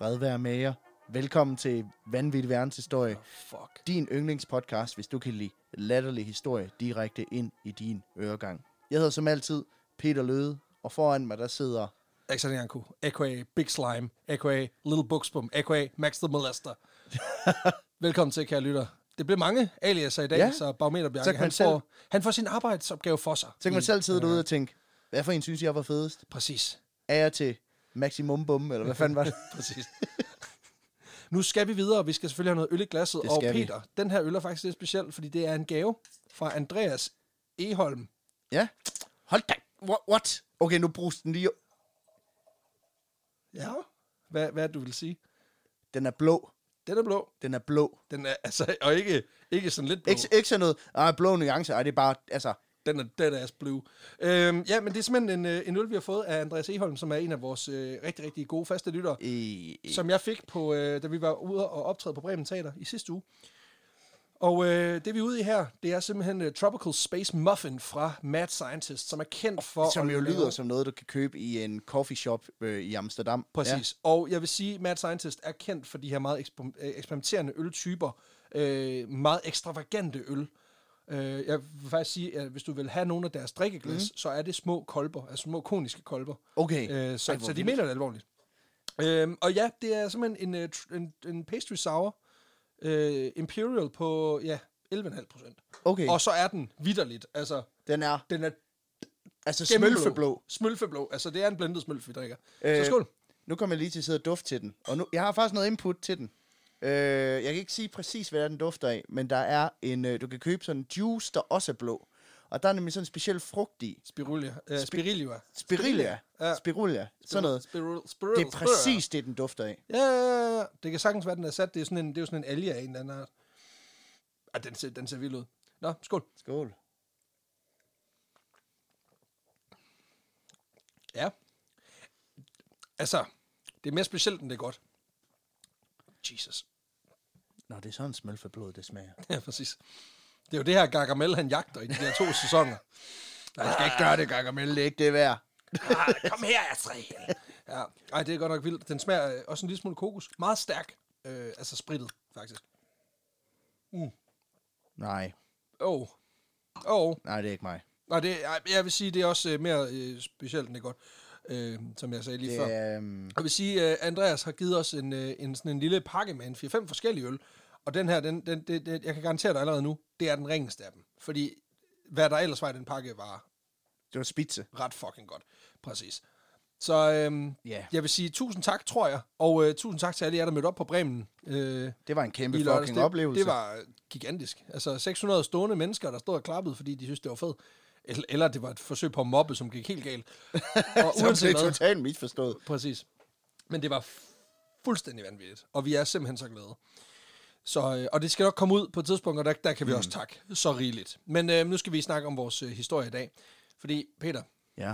Fred være med jer. Velkommen til Vanvittig Verdenshistorie. Fuck. Din yndlingspodcast, hvis du kan lide latterlig historie direkte ind i din øregang. Jeg hedder som altid Peter Løde, og foran mig der sidder... Axel Janko, a.k.a. Big Slime, a.k.a. Little Buxbum, a.k.a. Max the Molester. Velkommen til, kære lytter. Det blev mange aliaser i dag, ja. Så Barometer Bjarke, han får sin arbejdsopgave for sig. Så kan man selv sidde derude og tænke, hvad for en synes jeg var fedest? Præcis. Er jeg til Maximum Bum, eller hvad fanden var det? Præcis. Nu skal vi videre, vi skal selvfølgelig have noget øl i glasset. Og Peter, den her øl er faktisk lidt speciel, fordi det er en gave fra Andreas Egholm. Ja. Hold da. What? Okay, nu bruges den lige. Ja. Hvad er det, du vil sige? Den er blå. Den er blå. Den er blå. Den er, altså, og ikke sådan lidt blå. Ikke sådan noget, blå nuance, det er bare, altså... Den er dead ass blue. Ja, men det er simpelthen en øl, vi har fået af Andreas Egholm, som er en af vores rigtig, rigtig gode faste lyttere, som jeg fik, på, da vi var ude og optræde på Bremen Teater i sidste uge. Og det vi er ude i her, det er simpelthen Tropical Space Muffin fra Mad Scientist, som er kendt for... Som jo lyder som noget, du kan købe i en coffee shop i Amsterdam. Præcis. Ja. Og jeg vil sige, Mad Scientist er kendt for de her meget eksperimenterende øltyper, meget ekstravagante øl. Jeg vil faktisk sige, at hvis du vil have nogle af deres drikkeglas, så er det små kolber, altså små koniske kolber. Okay. Så de mener det alvorligt. Og ja, det er simpelthen en pastry sour Imperial på 11,5%. Okay. Og så er den vitterligt, altså den er altså smølfeblå. Smølfeblå, altså det er en blendet smølf, vi drikker. Så skål. Nu kommer jeg lige til at sidde og dufte til den. Og nu, jeg har faktisk noget input til den. Jeg kan ikke sige præcis, hvad den dufter af, men der er du kan købe sådan en juice, der også er blå. Og der er nemlig sådan en speciel frugt i. Spirulia. Ja. Spirulia. Sådan noget. Det er præcis det, den dufter af. Ja. Det kan sagtens være, den er sat. Det er jo sådan en alge af en eller anden art. Den ser vild ud. Nå, skål. Skål. Ja. Altså, det er mere specielt, end det er godt. Jesus. Nå, det er sådan en smølfeblod, det smager. Ja, præcis. Det er jo det her Gargamel, han jagter i de her 2 sæsoner. Nej, jeg skal ikke gøre det, Gargamel. Det er ikke det værd. Kom her, Astrid. Ja. Ej, det er godt nok vildt. Den smager også en lille smule kokos. Meget stærk. Altså sprittet, faktisk. Nej. Nej, det er ikke mig. Nej, jeg vil sige, det er også mere specielt, end det er godt. Som jeg sagde lige før. Jeg vil sige, Andreas har givet os sådan en lille pakke med en 4-5 forskellige øl. Og den her, jeg kan garantere dig allerede nu, det er den ringeste af dem. Fordi hvad der ellers var i den pakke var... Det var spidse. Ret fucking godt. Præcis. Så jeg vil sige tusind tak, tror jeg. Og tusind tak til alle jer, der mødte op på Bremen. Det var en kæmpe fucking oplevelse. Det var gigantisk. Altså 600 stående mennesker, der stod og klappede, fordi de synes det var fedt. Eller det var et forsøg på at mobbe, som gik helt galt. Og som blev totalt misforstået. Præcis. Men det var fuldstændig vanvittigt. Og vi er simpelthen så glade. Så, og det skal nok komme ud på et tidspunkt, og der kan vi også takke så rigeligt. Men nu skal vi snakke om vores historie i dag. Fordi, Peter,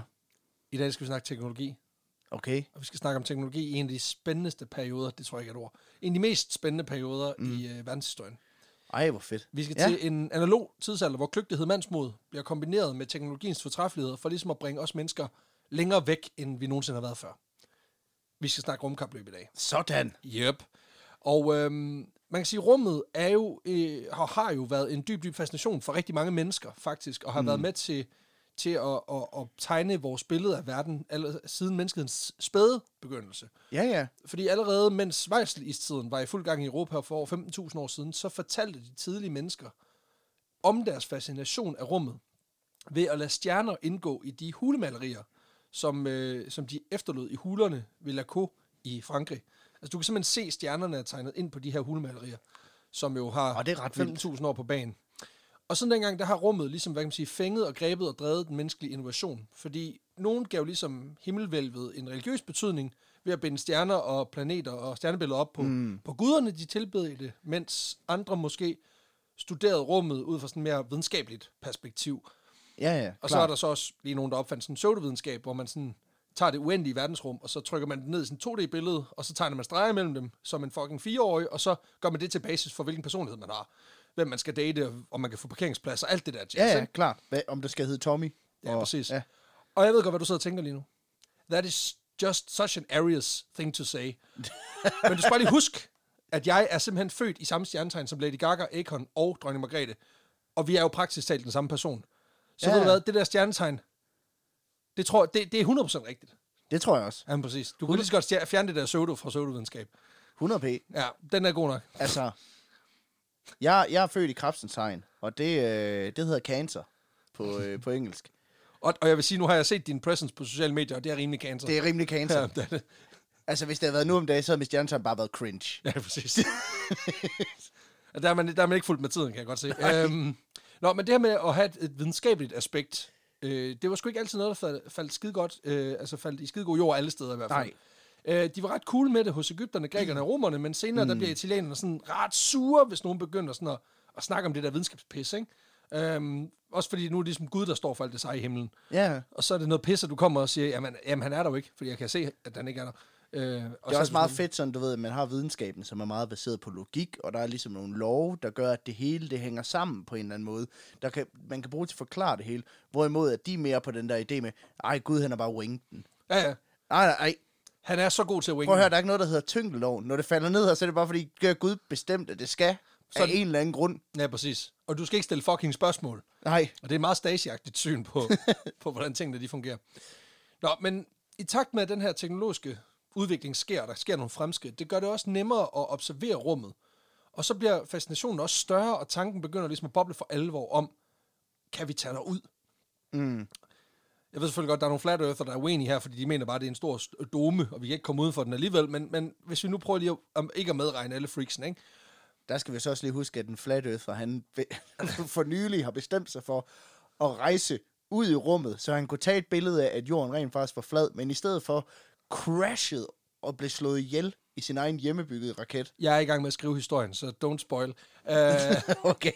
i dag skal vi snakke teknologi. Okay. Og vi skal snakke om teknologi i en af de spændendste perioder, det tror jeg ikke er et ord. En af de mest spændende perioder i verdenshistorien. Ej, hvor fedt. Vi skal til en analog tidsalder, hvor kløgtighed mandsmod bliver kombineret med teknologiens fortræffelighed, for ligesom at bringe os mennesker længere væk, end vi nogensinde har været før. Vi skal snakke rumkapløb i dag. Sådan. Yep. Og man kan sige, rummet er jo, har jo været en dyb fascination for rigtig mange mennesker, faktisk, og har været med til at tegne vores billede af verden siden menneskehedens spæde begyndelse. Ja. Fordi allerede mens Schweizeristiden var i fuld gang i Europa for over 15.000 år siden, så fortalte de tidlige mennesker om deres fascination af rummet ved at lade stjerner indgå i de hulemalerier, som de efterlod i hulerne ved Laco i Frankrig. Altså du kan simpelthen se stjernerne tegnet ind på de her hulemalerier, som jo har 15.000 år på banen. Og sådan dengang, der har rummet ligesom, hvad kan man sige, fænget og grebet og drevet den menneskelige innovation. Fordi nogen gav ligesom himmelvælvet en religiøs betydning ved at binde stjerner og planeter og stjernebilleder op på guderne, de tilbedte det, mens andre måske studerede rummet ud fra sådan et mere videnskabeligt perspektiv. Ja, og så er der så også lige nogen, der opfandt sådan en pseudovidenskab, hvor man sådan tager det uendelige verdensrum, og så trykker man det ned i sådan 2D-billede, og så tegner man streger mellem dem som en fucking 4-årig, og så gør man det til basis for, hvilken personlighed man har. Hvem man skal date, om man kan få parkeringsplads, og alt det der jazz. Ja, klart. Om det skal hedde Tommy. Ja, præcis. Ja. Og jeg ved godt, hvad du sidder og tænker lige nu. That is just such an Aries thing to say. Men du skal bare lige huske, at jeg er simpelthen født i samme stjernetegn som Lady Gaga, Akon og Dronning Margrethe. Og vi er jo praktisk talt den samme person. Så ved du hvad, det der stjernetegn, det er 100% rigtigt. Det tror jeg også. Ja, præcis. Du kan lige så godt fjerne det der pseudo fra pseudovidenskab. 100p. Ja, den er god nok. Altså, jeg er født i krebsens tegn, og det hedder cancer på engelsk. Og jeg vil sige, nu har jeg set din presence på sociale medier, og det er rimelig cancer. Det er rimelig cancer. Ja, det er det. Altså, hvis det havde været nu om dagen, så havde mit stjernetegn bare været cringe. Ja, præcis. der er man ikke fuldt med tiden, kan jeg godt se. Men det her med at have et videnskabeligt aspekt, det var sgu ikke altid noget, der faldt skide godt. Faldt i skide god jord alle steder i hvert fald. Nej. De var ret cool med det hos Egypterne, grækerne og romerne, men senere der bliver italienerne sådan ret sure, hvis nogen begynder sådan at snakke om det der videnskabspis, ikke? Også fordi nu er det ligesom Gud, der står for alt det seje i himlen. Ja. Og så er det noget pis, at du kommer og siger, jamen han er der jo ikke, fordi jeg kan se, at han ikke er der. Det er også meget fedt, sådan du ved, at man har videnskaben, som er meget baseret på logik, og der er ligesom nogle love, der gør, at det hele det hænger sammen på en eller anden måde. Man kan bruge til at forklare det hele, hvorimod at de er mere på den der idé med, ej Gud, han er bare winget den. Ja. Nej. Han er så god til at winge. Prøv at høre, der er ikke noget, der hedder tyngdeloven. Når det falder ned her, så er det bare fordi, Gud bestemt, at det skal af en eller anden grund. Ja, præcis. Og du skal ikke stille fucking spørgsmål. Nej. Og det er et meget Stasi-agtigt syn på hvordan tingene de fungerer. Nå, men i takt med, at den her teknologiske udvikling sker, der sker nogle fremskridt, det gør det også nemmere at observere rummet. Og så bliver fascinationen også større, og tanken begynder ligesom at boble for alvor om, kan vi tage derud? Jeg ved selvfølgelig godt, der er nogle flat earther, der er uenige her, fordi de mener bare, at det er en stor dome, og vi kan ikke komme uden for den alligevel, men hvis vi nu prøver lige ikke at medregne alle freaksen, ikke? Der skal vi så også lige huske, at den flat earther, han for nylig har bestemt sig for at rejse ud i rummet, så han kunne tage et billede af, at jorden rent faktisk var flad, men i stedet for crashet og blev slået ihjel i sin egen hjemmebyggede raket. Jeg er i gang med at skrive historien, så don't spoil. Okay.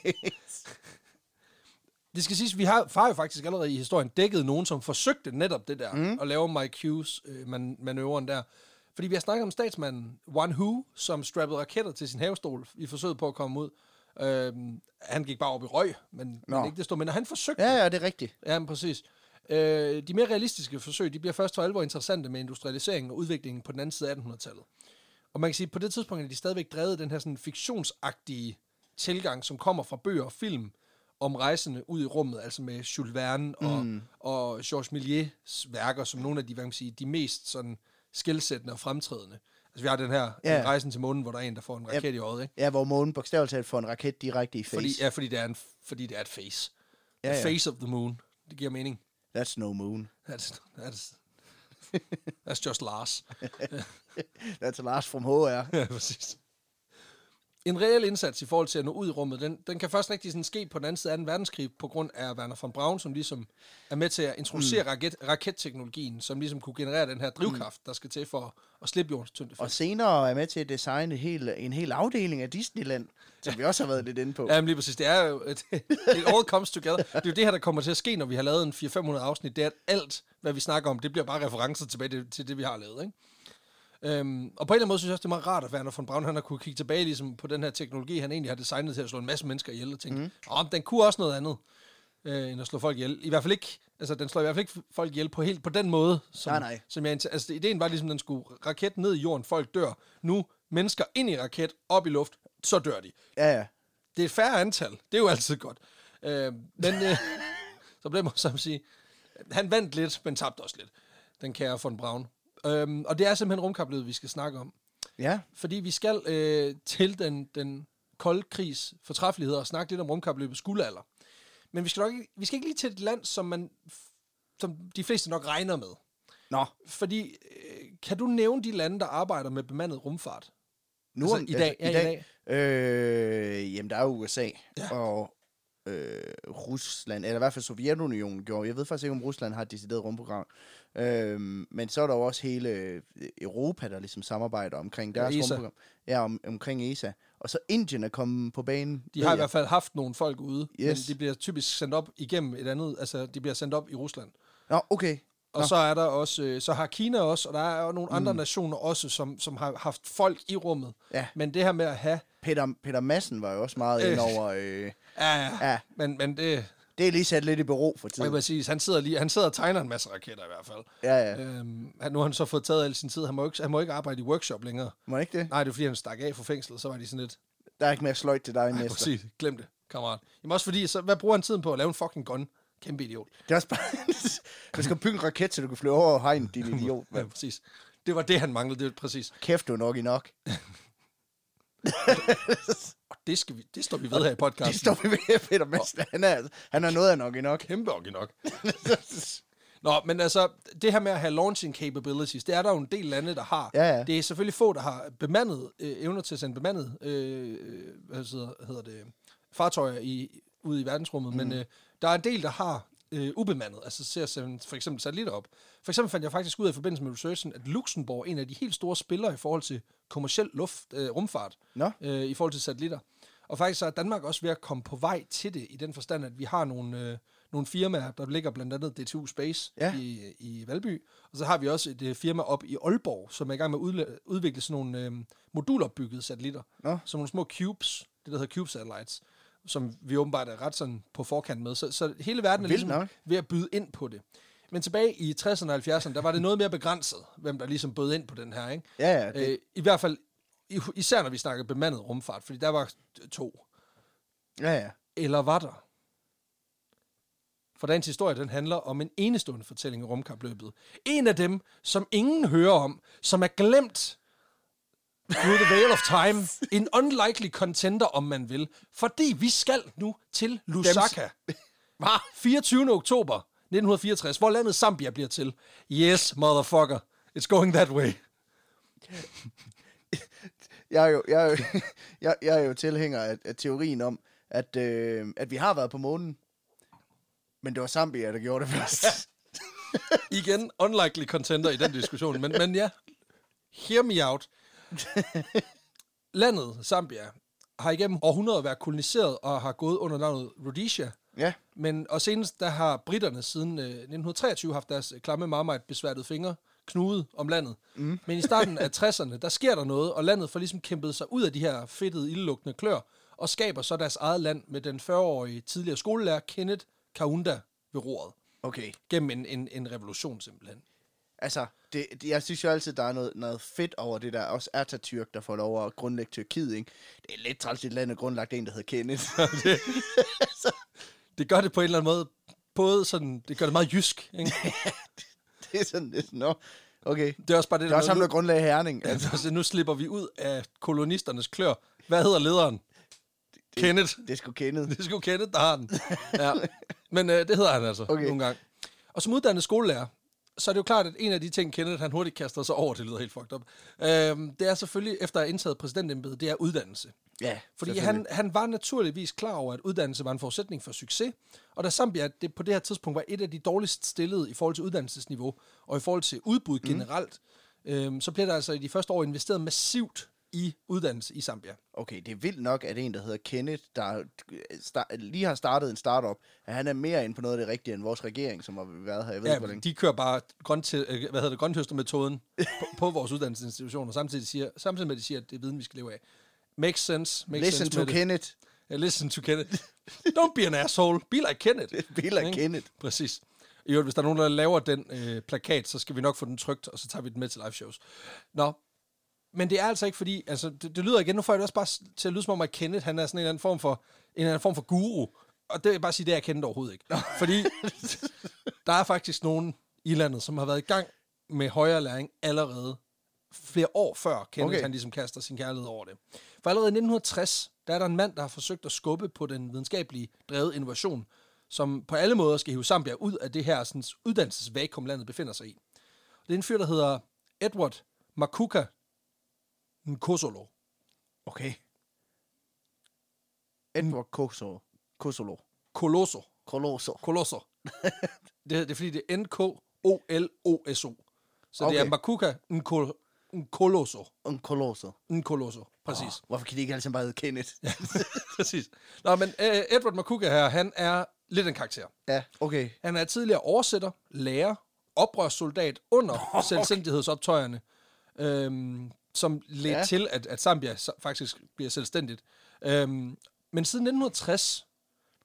Det skal siges, vi har jo faktisk allerede i historien dækket nogen, som forsøgte netop det der, at lave Mike Hughes manøvren der. Fordi vi har snakket om statsmanden One Who, som strappede raketter til sin havestol i forsøget på at komme ud. Han gik bare op i røg, men ikke desto mindre. Han forsøgte. Ja, det er rigtigt. Ja, men præcis. De mere realistiske forsøg, de bliver først for alvor interessante med industrialiseringen og udviklingen på den anden side af 1800-tallet. Og man kan sige, at på det tidspunkt er de stadigvæk drevet den her sådan fiktionsagtige tilgang, som kommer fra bøger og film om rejsende ud i rummet, altså med Jules Verne og Georges Méliès værker, som nogle af de, hvad kan man sige, de mest sådan skelsættende og fremtrædende. Altså vi har den her rejsen til månen, hvor der er en, der får en raket i øjet, ikke? Ja, hvor månen bogstaveligt talt får en raket direkte i face. Fordi det er et face. The face of the moon. Det giver mening. That's no moon. That's just Lars. That's Lars from HR. Ja, præcis. En reel indsats i forhold til at nå ud i rummet, den kan først rigtig sådan ske på den anden side af 2. verdenskrig, på grund af Wernher von Braun, som ligesom er med til at introducere raketteknologien, som ligesom kunne generere den her drivkraft, der skal til for at slippe jordens tyngdefelt. Og senere er med til at designe en hel afdeling af Disneyland, som vi også har været lidt inde på. Ja, men lige præcis. Det er jo it all comes together. Det er jo det her, der kommer til at ske, når vi har lavet en 400-500 afsnit. Det er, at alt, hvad vi snakker om, det bliver bare referencer tilbage til det, vi har lavet, ikke? Og på en eller anden måde synes jeg også, det er meget rart, at Wernher von Braun, han har kunne kigge tilbage ligesom på den her teknologi, han egentlig har designet til at slå en masse mennesker ihjel, og tænke, den kunne også noget andet, end at slå folk ihjel. I hvert fald ikke, altså den slår i hvert fald ikke folk ihjel på den måde, som jeg, altså ideen var ligesom, den skulle raket ned i jorden, folk dør. Nu mennesker ind i raket, op i luft, så dør de. Ja. Det er et færre antal, det er jo altid godt. Men så blev man så at sige, han vandt lidt, men tabte også lidt, den kære von Braun. Og det er simpelthen rumkapløbet, vi skal snakke om. Ja. Fordi vi skal til den kolde krigs fortræffelighed og snakke lidt om rumkapløbets guldalder. Men vi skal ikke lige til et land, som de fleste nok regner med. Nå. Fordi, kan du nævne de lande, der arbejder med bemandet rumfart? Nu altså, i dag? Ja, i dag. Jamen, der er USA og Rusland, eller i hvert fald Sovjetunionen gjorde. Jeg ved faktisk ikke, om Rusland har et decideret rumprogram. Men så er der jo også hele Europa, der ligesom samarbejder omkring deres rumprogram. Ja, omkring ESA. Og så Indien er kommet på banen. De har i hvert fald haft nogle folk ude, men de bliver typisk sendt op igennem et andet, altså de bliver sendt op i Rusland. Nå, okay. Og så er der også, så har Kina også, og der er jo nogle andre nationer også, som har haft folk i rummet. Ja. Men det her med at have... Peter Madsen var jo også meget ind over... Ja. Men det Det er lige sat lidt i bero for Og tiden. jeg vil sige, han sidder og tegner en masse raketter i hvert fald. Ja. Nu har han så fået taget al sin tid. Han må ikke arbejde i workshop længere. Må ikke det? Nej, det er fordi, han stak af fra fængslet, så var de sådan lidt... Der er ikke mere sløjt til dig, Næster. Præcis, glem det, kammerat. Jamen også fordi, hvad bruger han tiden på at lave en fucking gun? Kæmpe idiot. Det er også bare... du skal bygge en raket, så du kan flyve over hegn, din idiot. Ja, præcis. Det var det, han manglede, det var præcis. Kæft, du er nok i nok. Og det står vi ved her i podcasten. Det står vi ved, Peter Mester. Han er noget af nok i nok. Kæmpe og nok. Nå, men altså, det her med at have launching capabilities, det er der jo en del lande, der har. Ja. Det er selvfølgelig få, der har bemandet, evner til at sende bemandet fartøjer ude i verdensrummet, men der er en del, der har ubemandet, altså til at sende for eksempel satellitter op. For eksempel fandt jeg faktisk ud af i forbindelse med researchen, at Luxembourg er en af de helt store spillere i forhold til kommerciel rumfart, i forhold til satellitter. Og faktisk så er Danmark også ved at komme på vej til det, i den forstand, at vi har nogle firmaer, der ligger blandt andet DTU Space i Valby, og så har vi også et firma op i Aalborg, som er i gang med at udvikle sådan nogle modulopbyggede satellitter, som nogle små cubes, det der hedder cube satellites, som vi åbenbart er ret sådan på forkant med. Så hele verden er ligesom ved at byde ind på det. Men tilbage i 60'erne og 70'erne, der var det noget mere begrænset, hvem der ligesom bød ind på den her, ikke? Ja. I hvert fald, især når vi snakker bemandet rumfart, fordi der var 2. Ja. Eller var der? For dagens historie, den handler om en enestående fortælling i rumkapløbet. En af dem, som ingen hører om, som er glemt through the veil of time. En unlikely contender, om man vil. Fordi vi skal nu til Lusaka. 24. oktober 1964, hvor landet Zambia bliver til. Yes, motherfucker. It's going that way. Jeg er jo tilhænger af teorien om, at vi har været på månen. Men det var Zambia, der gjorde det først. Igen, unlikely contender i den diskussion. Men ja, hear me out. Landet Zambia har igennem århundreder været koloniseret og har gået under navnet Rhodesia. Ja. Og senest der har britterne siden 1923 haft deres klamme marmite besværtede fingre knudet om landet. Men i starten af 60'erne, der sker der noget, og landet får ligesom kæmpet sig ud af de her fedtede, ildelugtende klør, og skaber så deres eget land med den 40-årige tidligere skolelærer Kenneth Kaunda ved roret. Okay. Gennem en revolution simpelthen. Altså, jeg synes jo altid, der er noget fedt over det der. Også Atatürk, der får lov at grundlægge Tyrkiet, ikke? Det er lidt træls, et land er grundlagt en, der hedder Kenneth. Det gør det på en eller anden måde. Både sådan, det gør det meget jysk, ikke? Det er sådan, okay. Det er også bare det, der også ham, der grundlag Herning. Altså, nu slipper vi ud af kolonisternes klør. Hvad hedder lederen? Kenneth. Det er sgu Kenneth. Det er sgu Kenneth, der har den. Ja. Men det hedder han altså nogle gange. Og som uddannet skolelærer, så er det jo klart, at en af de ting, Kenneth han hurtigt kaster sig over, det lyder helt fucked up, det er selvfølgelig, efter at have indtaget præsidentembedet, det er uddannelse. Ja, fordi han var naturligvis klar over, at uddannelse var en forudsætning for succes, og da Zambia det på det her tidspunkt var et af de dårligst stillede i forhold til uddannelsesniveau, og i forhold til udbud generelt, så blev der altså i de første år investeret massivt i uddannelse i Zambia. Okay, det er vildt nok, at en, der hedder Kenneth, der lige har startet en startup, at han er mere inde på noget af det rigtige end vores regering, som har været her. Jeg ved ikke, hvor længe. De kører bare grønthøstermetoden på vores uddannelsesinstitutioner, samtidig med, at de siger, at det er viden, vi skal leve af. Makes sense. Listen to Kenneth. Ja, listen to Kenneth. Don't be an asshole. Be like Kenneth. Be like Kenneth. Præcis. I øvrigt, hvis der er nogen, der laver den plakat, så skal vi nok få den trykt, og så tager vi den med til live shows. Nå. Men det er altså ikke fordi, altså det lyder igen, nu får jeg det også bare til at lyde som om, at Kenneth, han er sådan en eller anden form for guru. Og det vil bare sige, det er Kenneth overhovedet ikke. Fordi der er faktisk nogen i landet, som har været i gang med højere læring allerede flere år før Kenneth, han ligesom kaster sin kærlighed over det. For allerede i 1960, der er der en mand, der har forsøgt at skubbe på den videnskabelige drevet innovation, som på alle måder skal hive Zambia ud af det her sådan, uddannelsesvakuum, landet befinder sig i. Det er en fyr, der hedder Edward Makuka Nkosolo. Okay. Edward Kosolo. Koloso. Det er fordi, det er Nkoloso. Så det er Makuka Nkoloso. Nkoloso, præcis. Hvorfor kan de ikke alle sammen bare hedde Kenneth? Ja, præcis. Nå, men Edward Makuka her, han er lidt en karakter. Ja, okay. Han er tidligere oversætter, lærer, oprørssoldat under selvstændighedsoptøjerne, som ledte til, at Zambia faktisk bliver selvstændigt. Men siden 1960,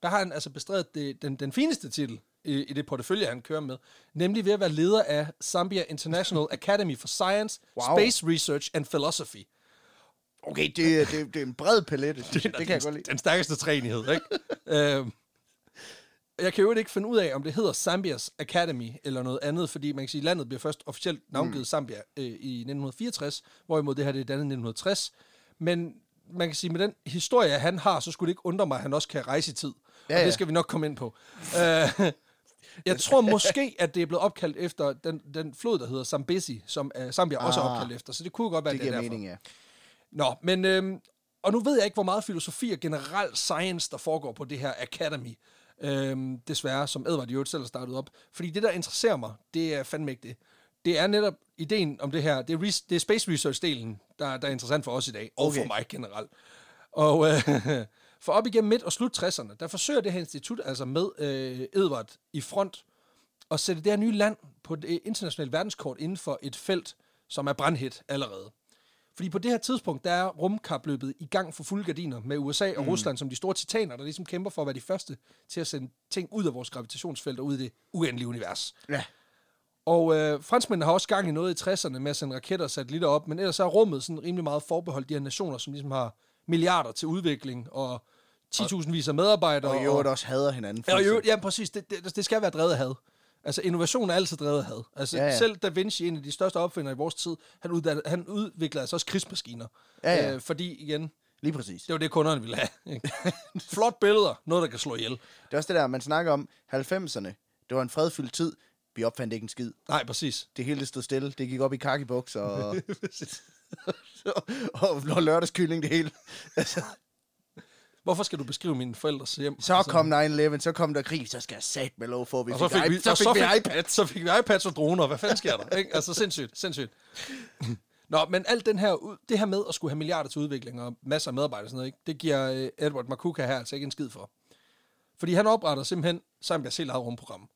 der har han altså bestredet den fineste titel i det portefølje, han kører med, nemlig ved at være leder af Zambia International Academy for Science, Space Research and Philosophy. Okay, det er en bred palette, det kan jeg godt lide. Den stærkeste træenighed, ikke? Jeg kan jo ikke finde ud af, om det hedder Zambias Academy eller noget andet, fordi man kan sige, at landet bliver først officielt navngivet Zambia i 1964, hvorimod det her det er dannet i 1960. Men man kan sige, med den historie, han har, så skulle det ikke undre mig, at han også kan rejse i tid. Ja, og det skal vi nok komme ind på. Jeg tror måske, at det er blevet opkaldt efter den flod, der hedder Zambezi, som Zambia også er opkaldt efter. Så det kunne godt være, det er derfor. Mening, ja. Nå, men... og nu ved jeg ikke, hvor meget filosofi og generel science, der foregår på det her Academy. Desværre, som Edward jo selv har startet op. Fordi det, der interesserer mig, det er fandme ikke det. Det er netop ideen om det her. Det er Space Research-delen, der er interessant for os i dag, og for mig generelt. Og for op igennem midt- og slut 60'erne, der forsøger det her institut, altså med Edward i front, at sætte det her nye land på det internationale verdenskort inden for et felt, som er brandhit allerede. Fordi på det her tidspunkt, der er rumkapløbet i gang for fulde gardiner med USA og Rusland som de store titaner, der ligesom kæmper for at være de første til at sende ting ud af vores gravitationsfelt og ud i det uendelige univers. Ja. Og franskmændene har også gang i noget i 60'erne med at sende raketter og satellitter op, men ellers er rummet sådan rimelig meget forbeholdt de her nationer, som ligesom har milliarder til udvikling og 10.000 af medarbejdere. Og i øvrigt også hader hinanden. Ja, præcis. Det skal være drevet af had. Altså, innovation er altid drevet af had. Altså, selv Da Vinci, en af de største opfindere i vores tid, han udviklede altså også krigsmaskiner. Fordi, igen... Lige præcis. Det var det, kunderne ville have. Flot billeder. Noget, der kan slå ihjel. Det er også det der, man snakker om 90'erne. Det var en fredfyldt tid. Vi opfandt ikke en skid. Nej, præcis. Det hele stod stille. Det gik op i kakibukser og... og lørdagskylling, det hele. Altså... Hvorfor skal du beskrive mine forældres hjem? Så kom 9/11, så kom der krig, så skal jeg sat med lov for, at vi fik iPads. Så fik vi iPads og droner. Hvad fanden sker der? Ikke? Altså, sindssygt. Nå, men alt det her med at skulle have milliarder til udvikling og masser af medarbejdere og sådan noget, ikke? Det giver Edward Makuka her altså ikke en skid for. Fordi han opretter simpelthen Zambias helt eget rumprogram.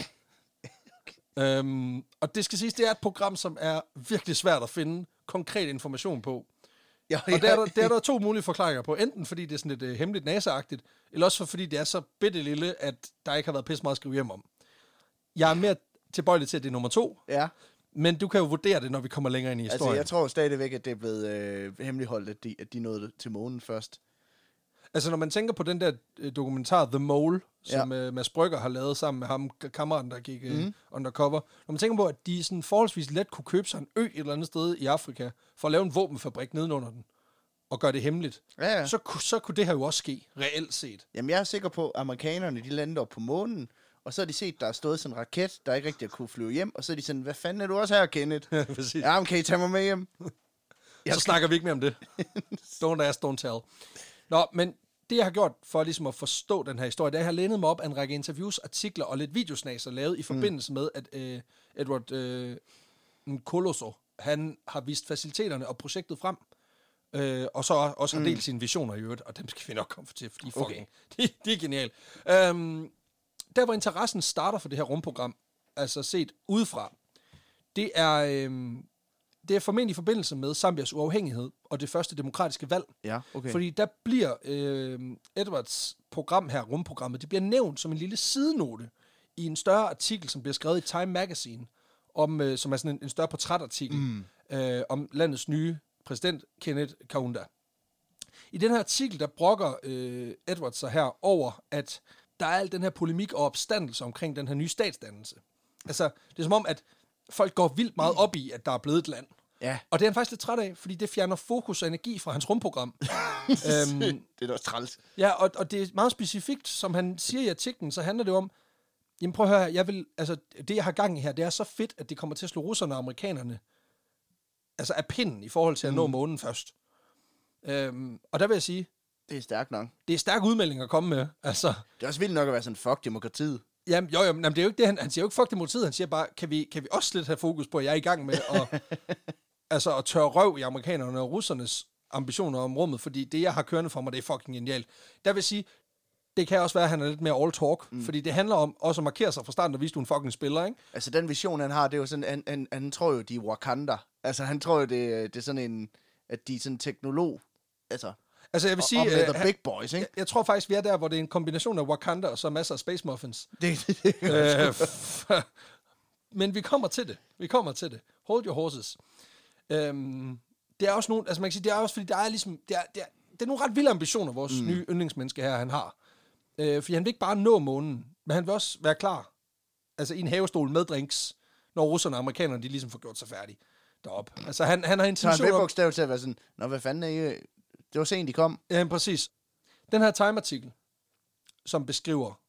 Og det skal siges, det er et program, som er virkelig svært at finde konkret information på. Ja. Og der er der to mulige forklaringer på. Enten fordi det er sådan lidt hemmeligt NASA-agtigt, eller også fordi det er så bitte lille, at der ikke har været pisse meget at skrive hjem om. Jeg er mere tilbøjelig til, at det er nummer 2. Ja. Men du kan jo vurdere det, når vi kommer længere ind i historien. Altså, jeg tror stadigvæk, at det er blevet hemmeligholdt, at de nåede til månen først. Altså, når man tænker på den der dokumentar The Mole, som Mads Brygger har lavet sammen med ham, kammeraten, der gik undercover. Når man tænker på, at de sådan forholdsvis let kunne købe sig en ø et eller andet sted i Afrika, for at lave en våbenfabrik nedenunder den, og gøre det hemmeligt, så kunne det her jo også ske, reelt set. Jamen, jeg er sikker på, at amerikanerne, de lander op på månen, og så har de set, der er stået sådan en raket, der ikke rigtig kunne flyve hjem, og så er de sådan, hvad fanden er du også her, Kenneth? Ja, præcis. Ja, men kan I tage mig med hjem? Så snakker vi ikke mere om det. Don't ask, don't tell. Nå, men det, jeg har gjort for ligesom at forstå den her historie, det er, at jeg har lænet mig op af en række interviews, artikler og lidt videosnaser lavet i forbindelse med, at Edward Nkoloso, han har vist faciliteterne og projektet frem, og så også har delt sine visioner i øvrigt, og dem skal vi nok komme til, for de er geniale. Der, hvor interessen starter for det her rumprogram, altså set udefra, det er formentlig i forbindelse med Zambias uafhængighed og det første demokratiske valg. Ja, okay. Fordi der bliver Edwards program her, rumprogrammet, det bliver nævnt som en lille sidenote i en større artikel, som bliver skrevet i Time Magazine, som er sådan en større portrætartikel om landets nye præsident, Kenneth Kaunda. I den her artikel, der brokker Edward sig her over, at der er al den her polemik og opstandelse omkring den her nye statsdannelse. Altså, det er som om, at folk går vildt meget op i, at der er blevet et land. Ja. Og det er han faktisk lidt træt af, fordi det fjerner fokus og energi fra hans rumprogram. Det er da også træls. Ja, og det er meget specifikt, som han siger i artiklen, så handler det om, jamen prøv at høre, det jeg har gang i her, det er så fedt, at det kommer til at slå russerne og amerikanerne altså af pinden i forhold til at nå månen først. Og der vil jeg sige, det er stærkt nok. Det er stærk udmelding at komme med. Altså, det er også vildt nok at være sådan, fuck demokratiet. Jamen, men det er jo ikke det, han siger jo ikke fuck demokratiet, han siger bare, kan vi også lidt have fokus på, at jeg er i gang med at tørre røv i amerikanerne og russernes ambitioner om rummet, fordi det, jeg har kørende for mig, det er fucking genialt. Der vil sige, det kan også være, at han er lidt mere all talk, fordi det handler om også at markere sig fra starten, og vise, du en fucking spiller, ikke? Altså, den vision, han har, det er jo sådan, han tror jo, de er Wakanda. Altså, han tror jo, det er sådan en, at de er sådan en teknolog. Altså. Altså, jeg vil sige... Og med the big boys, ikke? Jeg tror faktisk, vi er der, hvor det er en kombination af Wakanda og så masser af Space Muffins. Men vi kommer til det. Hold your horses. Det er også nogle... Altså, man kan sige, det er også, fordi der er ligesom... Det er nogle ret vilde ambitioner, vores nye yndlingsmenneske her, han har. Fordi han vil ikke bare nå månen, men han vil også være klar. Altså, i en havestol med drinks, når russerne og amerikanerne, de ligesom får gjort sig færdige deroppe. Altså, han har intention om... Så han vil bogstaveligt til at være sådan, nå, hvad fanden er I... Det var sent, de kom. Ja, præcis. Den her Time-artikel, som beskriver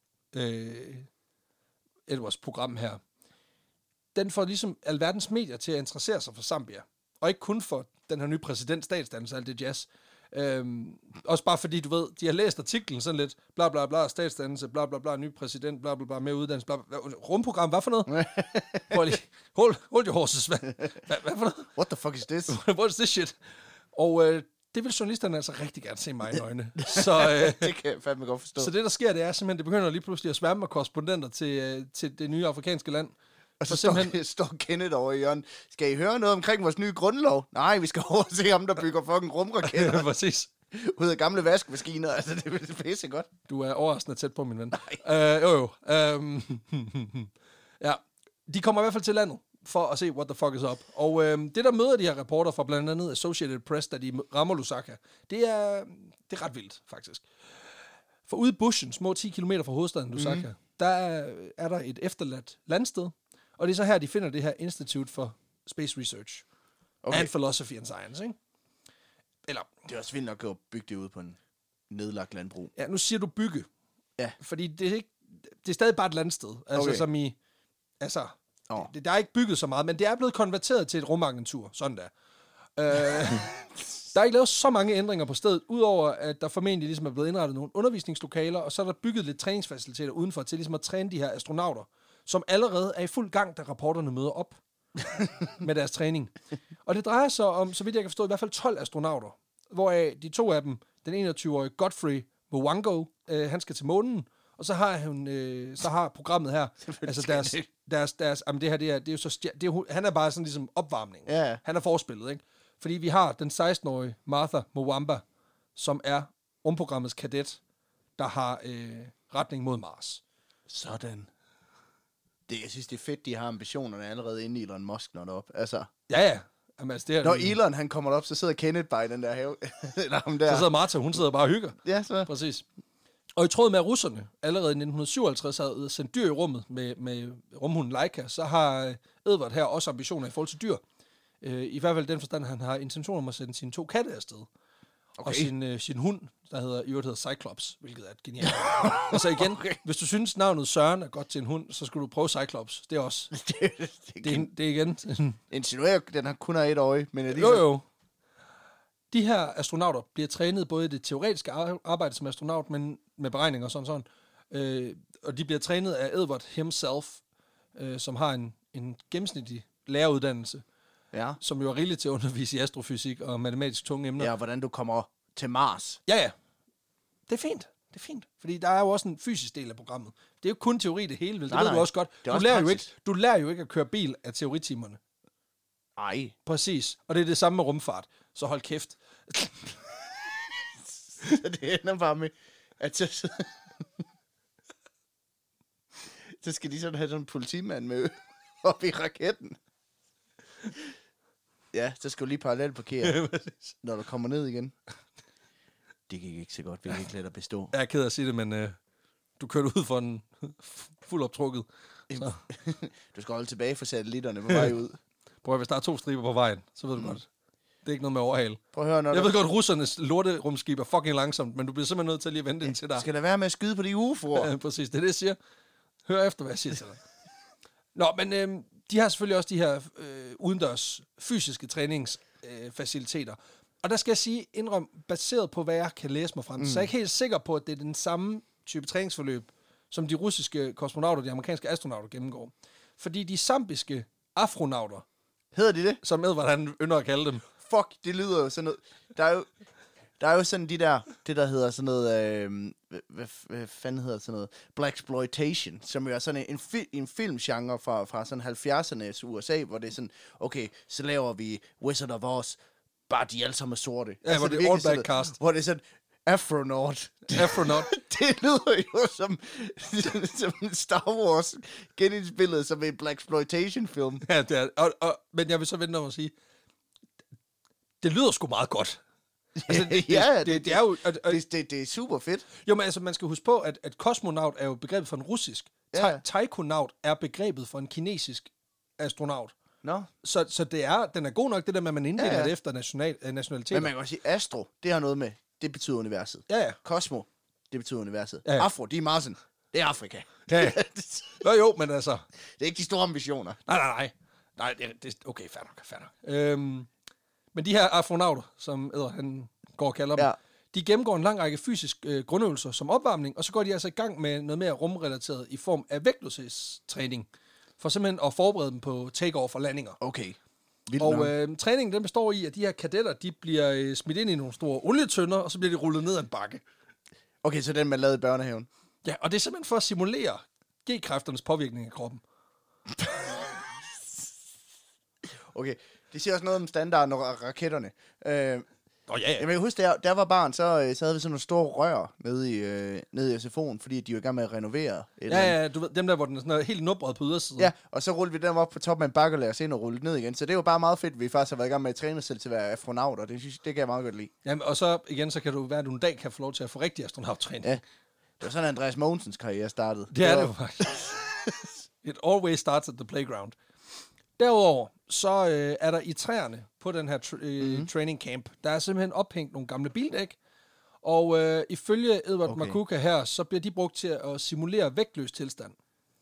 Edwards program her, den får ligesom alverdens medier til at interessere sig for Zambia. Og ikke kun for den her nye præsident, statsdannelse, alt det jazz. Også bare fordi, du ved, de har læst artiklen sådan lidt, bla bla bla, statsdannelse, bla bla bla, ny præsident, bla bla bla, med uddannelse, bla bla bla. Rumprogram, hvad for noget? Hold your horses, hvad for noget? What the fuck is this? What is this shit? Og det vil journalisterne altså rigtig gerne se mig i øjnene. Så, det kan jeg fandme godt forstå. Så det, der sker, det er simpelthen, det begynder lige pludselig at sværme med korrespondenter til det nye afrikanske land. Og så står Kenneth over i hjørnet. Skal I høre noget omkring vores nye grundlov? Nej, vi skal over og se ham, der bygger fucking rumraketter. Præcis. Ud af gamle vaskemaskiner. Altså, det er pisse godt. Du er overraskende tæt på, min ven. Nej. Ja, de kommer i hvert fald til landet for at se, what the fuck is up. Og det, der møder de her reporter fra blandt andet Associated Press, da de rammer Lusaka, det er ret vildt, faktisk. For ude i bushen, små 10 kilometer fra hovedstaden Lusaka, der er der et efterladt landsted, og det er så her, de finder det her Institute for Space Research and Philosophy and Science, ikke? Eller... Det er også vildt nok at bygge det ud på en nedlagt landbrug. Ja, nu siger du bygge. Ja. Fordi det er stadig bare et landsted. Altså, som i... Altså... Der er ikke bygget så meget, men det er blevet konverteret til et rumagentur. Sådan der. Der er ikke lavet så mange ændringer på stedet, udover at der formentlig ligesom er blevet indrettet nogle undervisningslokaler, og så er der bygget lidt træningsfaciliteter udenfor til ligesom at træne de her astronauter, som allerede er i fuld gang, da rapporterne møder op med deres træning. Og det drejer sig om, så vidt jeg kan forstå, i hvert fald 12 astronauter, hvoraf de 2 af dem, den 21-årige Godfrey Mwango, han skal til månen, og så har programmet her, altså deres jamen det her, det er jo så, han er bare sådan ligesom opvarmning. Yeah. Han er forspillet, ikke? Fordi vi har den 16-årige Martha Mwamba, som er rumprogrammets kadet, der har retning mod Mars. Sådan. Jeg synes, det er fedt, de har ambitionerne allerede inde i Elon Musk, når op. Altså. Ja. Jamen, altså, det er når Elon, han kommer op, så sidder Kenneth bare i den der have. Eller ham der. Så sidder Martha, hun sidder bare og hygger. Ja, så. Præcis. Og i tråd med, at russerne allerede i 1957 havde sendt dyr i rummet med rumhunden Laika, så har Edward her også ambitioner i forhold til dyr. I hvert fald den forstand, han har intention om at sende sine 2 katte afsted. Okay. Og sin hund, der hedder Cyclops, hvilket er et genialt. Og så igen, hvis du synes, navnet Søren er godt til en hund, så skulle du prøve Cyclops. Det er også... det er igen... Insinuerer, den kun har 1 øje, men alligevel... Jo. De her astronauter bliver trænet både i det teoretiske arbejde som astronaut, men med beregninger og sådan. Og de bliver trænet af Edward himself, som har en gennemsnitlig læreruddannelse, som jo er rigeligt til at undervise i astrofysik og matematisk tunge emner. Ja, hvordan du kommer til Mars. Ja. Det er fint. Fordi der er jo også en fysisk del af programmet. Det er jo kun teori det hele, vel? Det ved du også godt. Du lærer jo ikke at køre bil af teoritimerne. Ej. Præcis. Og det er det samme med rumfart. Så hold kæft. Så det ender bare med, at så skal de sådan have sådan en politimand med op i raketten. Ja, så skal du lige parallelt parkere, når du kommer ned igen. Det gik ikke så godt, vi kan ikke lade dig bestå. Jeg er ked af at sige det, men du kørte ud for en fuld optrukket. Så. Du skal holde tilbage for satellitterne på vej ud. Prøv at hvis der er 2 striber på vejen, så ved du godt. Det er ikke noget med overhale. Prøv at høre, jeg ved godt, at russernes lorterumskib er fucking langsomt, men du bliver simpelthen nødt til at lige vente indtil der. Skal der være med at skyde på de UFO'er? Ja, præcis, det er det, jeg siger. Hør efter, hvad jeg siger til dig. Nå, men de har selvfølgelig også de her udendørs fysiske træningsfaciliteter. Og der skal jeg sige, baseret på, hvad jeg kan læse mig frem til, så er jeg ikke helt sikker på, at det er den samme type træningsforløb, som de russiske kosmonauter og de amerikanske astronauter gennemgår. Fordi de zambiske afronauter, hedder de det? som Edward han ynder at kalde dem. Fuck, det lyder jo sådan noget. Der er jo sådan det der hedder sådan noget, hvad fanden hedder sådan noget? Blaxploitation, som jo er sådan en filmgenre fra sådan 70'ernes USA, hvor det er sådan, okay, så laver vi Wizard of Oz bare de alle sammen er sorte. Ja, hvor det er all black cast. Hvor det er sådan, Afronaut. Afronaut. Det lyder jo som en Star Wars genindspillet som en blaxploitation-film. Ja, det er. Men jeg vil så vente om at sige, det lyder sgu meget godt. Altså, det er jo... Det er super fedt. Jo, men altså, man skal huske på, at kosmonaut er jo begrebet for en russisk. Ja. Taikonaut er begrebet for en kinesisk astronaut. Nå. Så den er god nok, det der med, at man inddeler det efter nationalitet. Men man kan også sige, astro, det har noget med, det betyder universet. Ja. Kosmo, det betyder universet. Ja. Afro, de er Marsen. Det er Afrika. Ja. Jo, men altså... Det er ikke de store ambitioner. Nej. Okay, fair nok. Men de her afronauter, som Edder, han går og kalder dem, de gennemgår en lang række fysisk grundøvelser som opvarmning, og så går de altså i gang med noget mere rumrelateret i form af vægtløshedstræning, for simpelthen at forberede dem på take-off og landinger. Okay. Træningen den består i, at de her kadetter, de bliver smidt ind i nogle store olietønder, og så bliver de rullet ned ad en bakke. Okay, så den man lavede i børnehaven. Ja, og det er simpelthen for at simulere G-kræfternes påvirkning af kroppen. Okay, det siger også noget om standarden og raketterne. Ja. Jamen, jeg husker, da jeg var barn, så havde vi sådan nogle store rør nede i SFO'en, fordi de var i gang med at renovere. Ja, du ved, dem der, hvor den er sådan helt nubret på ydersiden. Ja, og så rullede vi dem op på toppen af en bakke og lagde os ind og rullede ned igen. Så det var bare meget fedt, at vi faktisk har været i gang med at træne os selv til at være astronauter. Det kan jeg meget godt lide. Jamen, og så igen, så kan du være, at du en dag kan få lov til at få rigtig astronauttræning. Ja, det var sådan, Andreas Mogensens karriere startede. Det er det jo faktisk. It always starts at the playground. Derudover, så er der i træerne på den her training camp, der er simpelthen ophængt nogle gamle bildæk, og ifølge Edward Makuka her, så bliver de brugt til at simulere vægtløs tilstand.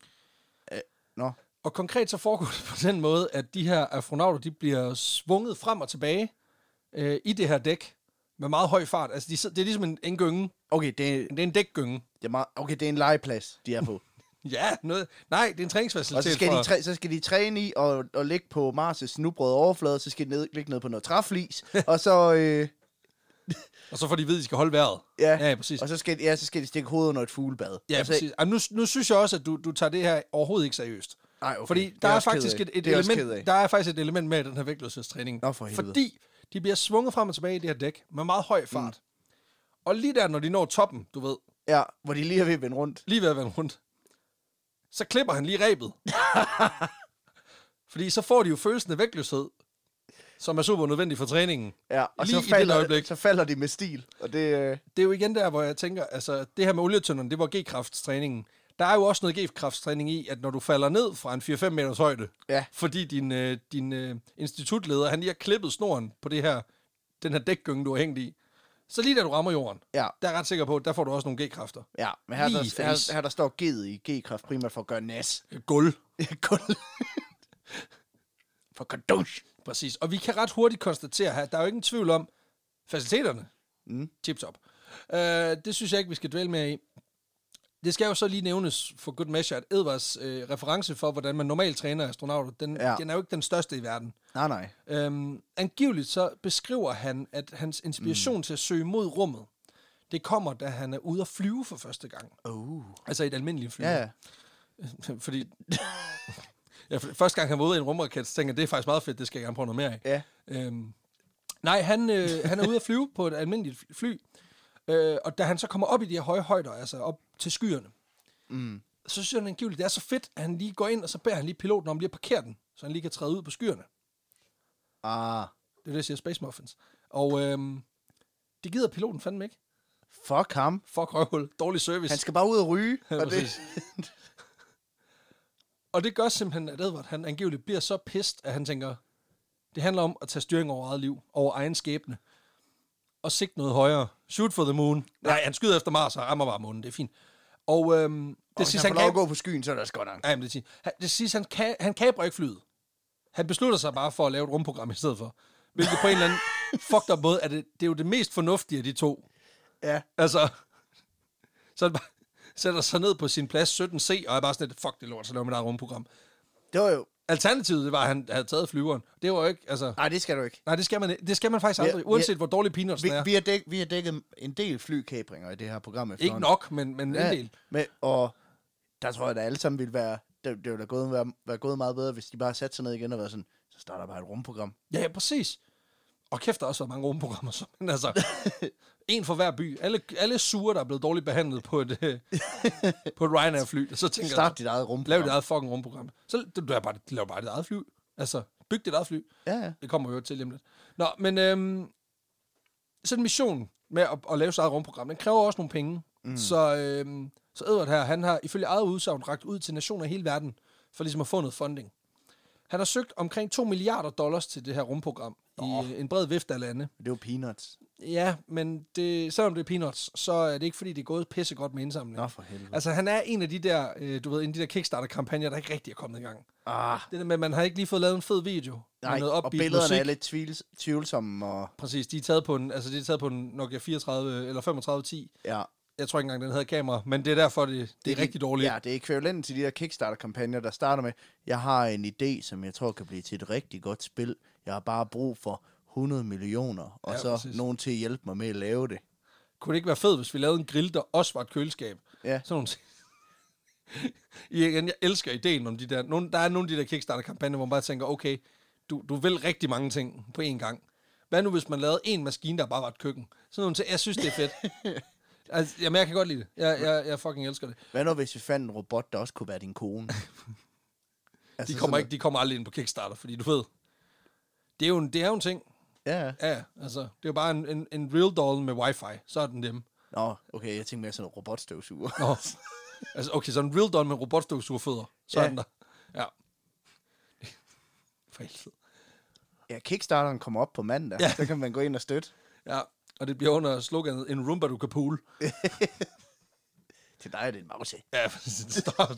Og konkret så foregår det på den måde, at de her astronauter, de bliver svunget frem og tilbage i det her dæk med meget høj fart. Altså, det er ligesom en gynge. Okay, det er en dækgynge. Det er en legeplads, de er på. Ja, nej, det er en træningsfacilitet. Og så skal de træne i og ligge på Mars' snubrøde overflade, så skal de ligge ned på noget træflis, og så... og så får de ved, at de skal holde vejret. Ja, præcis. Og så skal de stikke hovedet under et fuglebad. Ja, altså, præcis. Altså, nu synes jeg også, at du tager det her overhovedet ikke seriøst. Nej, okay. Fordi der er faktisk et element med i den her vægtløshedstræning. Fordi de bliver svunget frem og tilbage i det her dæk med meget høj fart. Og lige der, når de når toppen, du ved... Ja, hvor de lige er ved at vende rundt. Så klipper han lige rebet. Fordi så får de jo følelsen af vægtløshed, som er super nødvendig for træningen. Ja, og så falder de med stil. Og det er jo igen der, hvor jeg tænker, altså det her med olietønderne, det var G-kraftstræningen. Der er jo også noget G-kraftstræning i, at når du falder ned fra en 4-5 meters højde, fordi din institutleder, han lige har klippet snoren på den her dækgynge, du har hængt i, så lige da du rammer jorden, der er jeg ret sikker på, der får du også nogle G-kræfter. Ja, men her der står G'et i G-kraft primært for at gøre nas. Guld. For kadush. Præcis. Og vi kan ret hurtigt konstatere her, der er jo ingen tvivl om faciliteterne. Tip-top. Det synes jeg ikke, vi skal dvæle mere i. Det skal jo så lige nævnes for good measure, at Edvards reference for, hvordan man normalt træner astronauter, den er jo ikke den største i verden. Nej. Angiveligt så beskriver han, at hans inspiration til at søge mod rummet, det kommer, da han er ude at flyve for første gang. Altså et almindeligt fly. Ja. Fordi... første gang han var ude i en rumraket, så tænker jeg, det er faktisk meget fedt, det skal jeg gerne prøve noget mere af. Ja. Nej, han er ude at flyve på et almindeligt fly, og da han så kommer op i de her høje højder, altså op til skyerne, så synes han angiveligt, det er så fedt, at han lige går ind, og så beder han lige piloten om lige at parkere den, så han lige kan træde ud på skyerne. Det er det, jeg siger Space Muffins. Og det gider piloten fandme ikke. Fuck ham. Fuck røvhul. Dårlig service. Han skal bare ud og ryge. Og det gør simpelthen, at Edward, han angiveligt bliver så pissed, at han tænker, det handler om at tage styring over eget liv, over egen skæbne, og sigte noget højere. Shoot for the moon. Nej, han skyder efter Mars og rammer bare månen, det er fint. Og det sidste, han får lov at gå på skyen, så er det godt nok. Ja, det sidste, han kabrer ikke flyet. Han beslutter sig bare for at lave et rumprogram i stedet for. Hvilket på en eller anden fucked up måde, det er jo det mest fornuftige af de to. Ja. Altså, så han bare sætter sig ned på sin plads 17C, og er bare sådan lidt, fuck det lort, så laver man et rumprogram. Det var jo... Alternativet, det var, at han havde taget flyveren. Det var jo ikke, altså... Nej, det skal du ikke. Nej, det skal man faktisk aldrig, uanset hvor dårlig peanutsen er. Vi har dækket en del flykabringer i det her program. Ikke nok, men en del. Og der tror jeg, at alle sammen ville være... Det ville da være gået meget bedre, hvis de bare satte sig ned igen og var sådan, så starter bare et rumprogram. Ja, præcis. Og kæft, der har også været mange rumprogrammer, så, men altså, en for hver by. Alle sure, der er blevet dårligt behandlet på et Ryanair-fly, så tænker Start dit eget rumprogram. Lav dit eget fucking rumprogram. Så lav bare dit eget fly. Altså, byg dit eget fly. Ja. Det kommer jo til lige om lidt. Nå, men sådan en mission med at lave sit eget rumprogram, den kræver også nogle penge. Så Edward her, han har ifølge eget udsagn rakt ud til nationer i hele verden, for ligesom at få noget funding. Han har søgt omkring $2 milliarder til det her rumprogram i en bred vifte af lande. Det er jo peanuts. Ja, men selvom det er peanuts, så er det ikke, fordi det er gået pissegodt med indsamling. Nå, for helvede. Altså, han er en af de der, en af de der Kickstarter-kampagner, der ikke rigtig er kommet i gang. Det der med, at man har ikke lige fået lavet en fed video. Nej, noget og billederne er lidt tvivlsomme. Og... Præcis, de er taget på en Nokia 34 eller 3510. Ja. Jeg tror ikke engang, den havde kamera, men det er derfor, det er rigtig dårligt. Ja, det er ekvivalenten til de der Kickstarter-kampagner, der starter med, jeg har en idé, som jeg tror kan blive til et rigtig godt spil. Jeg har bare brug for 100 millioner, og så præcis. Nogen til at hjælpe mig med at lave det. Kunne det ikke være fedt, hvis vi lavede en grill, der også var et køleskab? Ja. Sådan nogle jeg elsker ideen om de der... Der er nogle af de der Kickstarter-kampagner, hvor man bare tænker, okay, du vil rigtig mange ting på én gang. Hvad nu, hvis man lavede en maskine, der bare var et køkken? Sådan nogle ting, jeg synes, det er fedt. Altså, jamen, jeg kan godt lide det. Jeg fucking elsker det. Hvad nu, hvis vi fandt en robot, der også kunne være din kone? Altså, de kommer aldrig ind på Kickstarter, fordi du ved, det er jo en ting. Ja. Ja, altså, det er jo bare en real doll med wifi. Så er den dem. Nå, okay, jeg tænker mere sådan en robotstøvsuger. Nå, altså, okay, så en real doll med robotstøvsugerfødder. Så er den der. Ja. For helvede. Ja, Kickstarteren kommer op på mandag. Ja. Så kan man gå ind og støtte. Ja, og det bliver under sloganet, en Roomba, du kan pool. Til dig er det en mause. Ja, det står.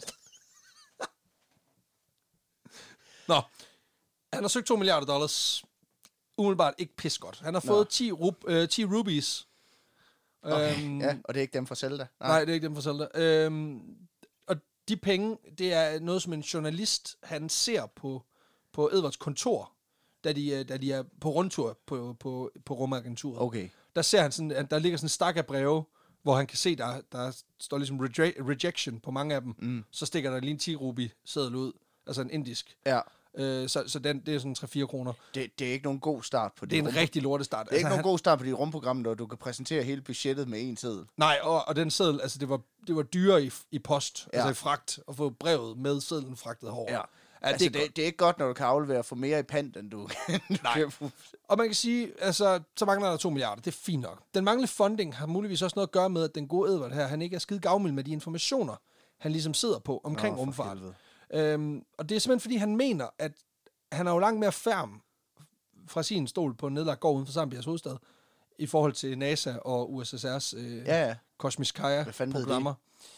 Nå, han har søgt $2 milliarder. Umiddelbart ikke pis godt. Han har fået 10 rubies. Okay, ja, og det er ikke dem fra Zelda? Nej, det er ikke dem fra Zelda. Og de penge, det er noget, som en journalist, han ser på Edwards kontor, da de er på rundtur på rumagenturet. Okay. Der ser han sådan, at der ligger sådan en stak af breve, hvor han kan se, der står ligesom rejection på mange af dem. Så stikker der lige en 10 rubi seddel ud, altså en indisk. Ja. Så det er sådan 3-4 kroner. Det er ikke nogen god start på det. Det er en rigtig lortestart. Det er ikke nogen god start på dit rumprogram, når du kan præsentere hele budgettet med en seddel. Nej, og den seddel, altså det var dyrere i post, altså i fragt, at få brevet med sedlen fragtet herover. Ja. Altså, det er ikke godt, når du kan aflevere for mere i pant, end du kan få. Og man kan sige, altså, så mangler der 2 milliarder. Det er fint nok. Den manglende funding har muligvis også noget at gøre med, at den gode Edward her, han ikke er skide gavmild med de informationer, han ligesom sidder på omkring rumfart. Og det er simpelthen, fordi han mener, at han er jo langt mere færm fra sin stol på en nedlagt gård uden for Zambias hovedstad, i forhold til NASA og USSR's Kosmiskaya-programmer.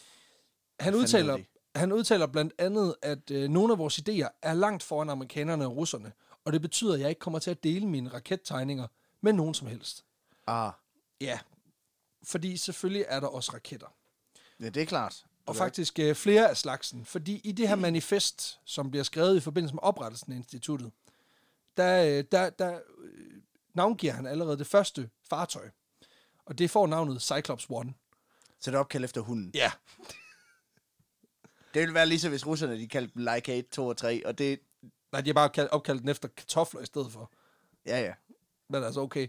Han udtaler blandt andet, at nogle af vores idéer er langt foran amerikanerne og russerne, og det betyder, at jeg ikke kommer til at dele mine rakettegninger med nogen som helst. Ja, fordi selvfølgelig er der også raketter. Ja, det er klart. Og faktisk flere af slagsen, fordi i det her manifest, som bliver skrevet i forbindelse med oprettelsen af instituttet, der navngiver han allerede det første fartøj, og det får navnet Cyclops One. Så det er opkaldt efter hunden? Ja. Det ville være ligesom hvis russerne, de kaldte dem Like 8, 2 og 3, og det... Nej, de har bare opkaldt den efter kartofler i stedet for. Ja. Men altså, okay.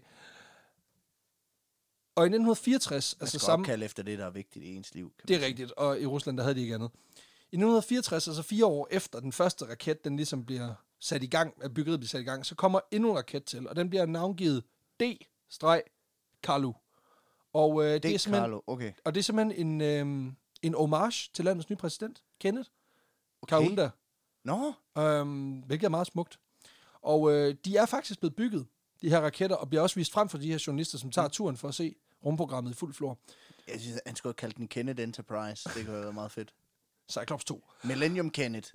Og i 1964... Man skal opkalde efter det, der er vigtigt i ens liv. Det er rigtigt, og i Rusland, der havde de ikke andet. I 1964, altså 4 år efter den første raket, den ligesom bliver sat i gang, at byggeriet bliver sat i gang, så kommer endnu en raket til, og den bliver navngivet D-Kalu. Og det er simpelthen, okay. Og det er simpelthen en homage til landets nye præsident, Kenneth Kaunda. Nå. Hvilket er meget smukt. Og de er faktisk blevet bygget, de her raketter, og bliver også vist frem for de her journalister, som tager turen for at se rumprogrammet i fuld flor. Jeg synes, han skulle have kaldt den Kenneth Enterprise. Det kunne have været meget fedt. Cyclops 2. Millennium Kenneth.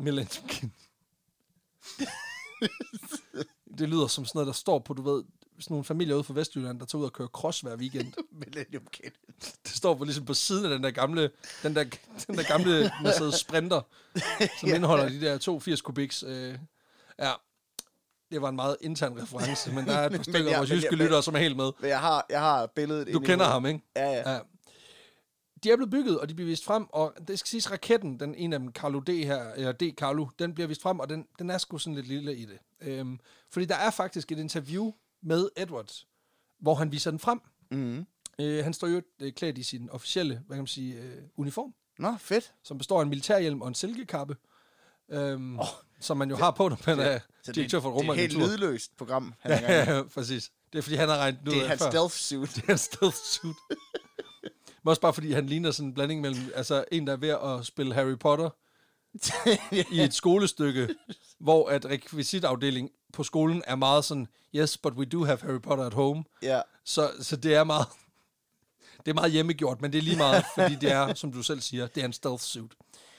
Det lyder som sådan noget, der står på, du ved, sådan nogle familier ude fra Vestjylland, der tager ud og kører cross hver weekend. Millennium Kenneth. Det står på ligesom på siden af den der gamle Mercedes Sprinter, som indeholder de der 82 kubiks. Ja, det var en meget intern reference, men der er et par stykker af vores jyske lyttere, som er helt med. Men jeg har billedet. Du kender ham, ikke? Ja. De er blevet bygget, og de bliver vist frem, og det skal siges, raketten, den ene af dem, Carlo D her, eller D-Carlo, den bliver vist frem, og den er sgu sådan lidt lille i det. Fordi der er faktisk et interview med Edward, hvor han viser den frem. Mm. Han står jo klædt i sin officielle, hvad kan man sige, uniform, Nå, fedt. som består af en militærhjelm og en silkekappe, som man jo har på, når man er direktør for et rumagentur. Det er et helt lydløst program. Ja, præcis. Det er, fordi han har regnet ud af det er hans stealth suit. Det er hans stealth suit. Men også bare, fordi han ligner sådan en blanding mellem altså en, der er ved at spille Harry Potter i et skolestykke, hvor at rekvisitafdelingen på skolen er meget sådan, yes, but we do have Harry Potter at home. Ja. Så det er meget hjemmegjort, men det er lige meget, fordi det er, som du selv siger, det er en stealth suit.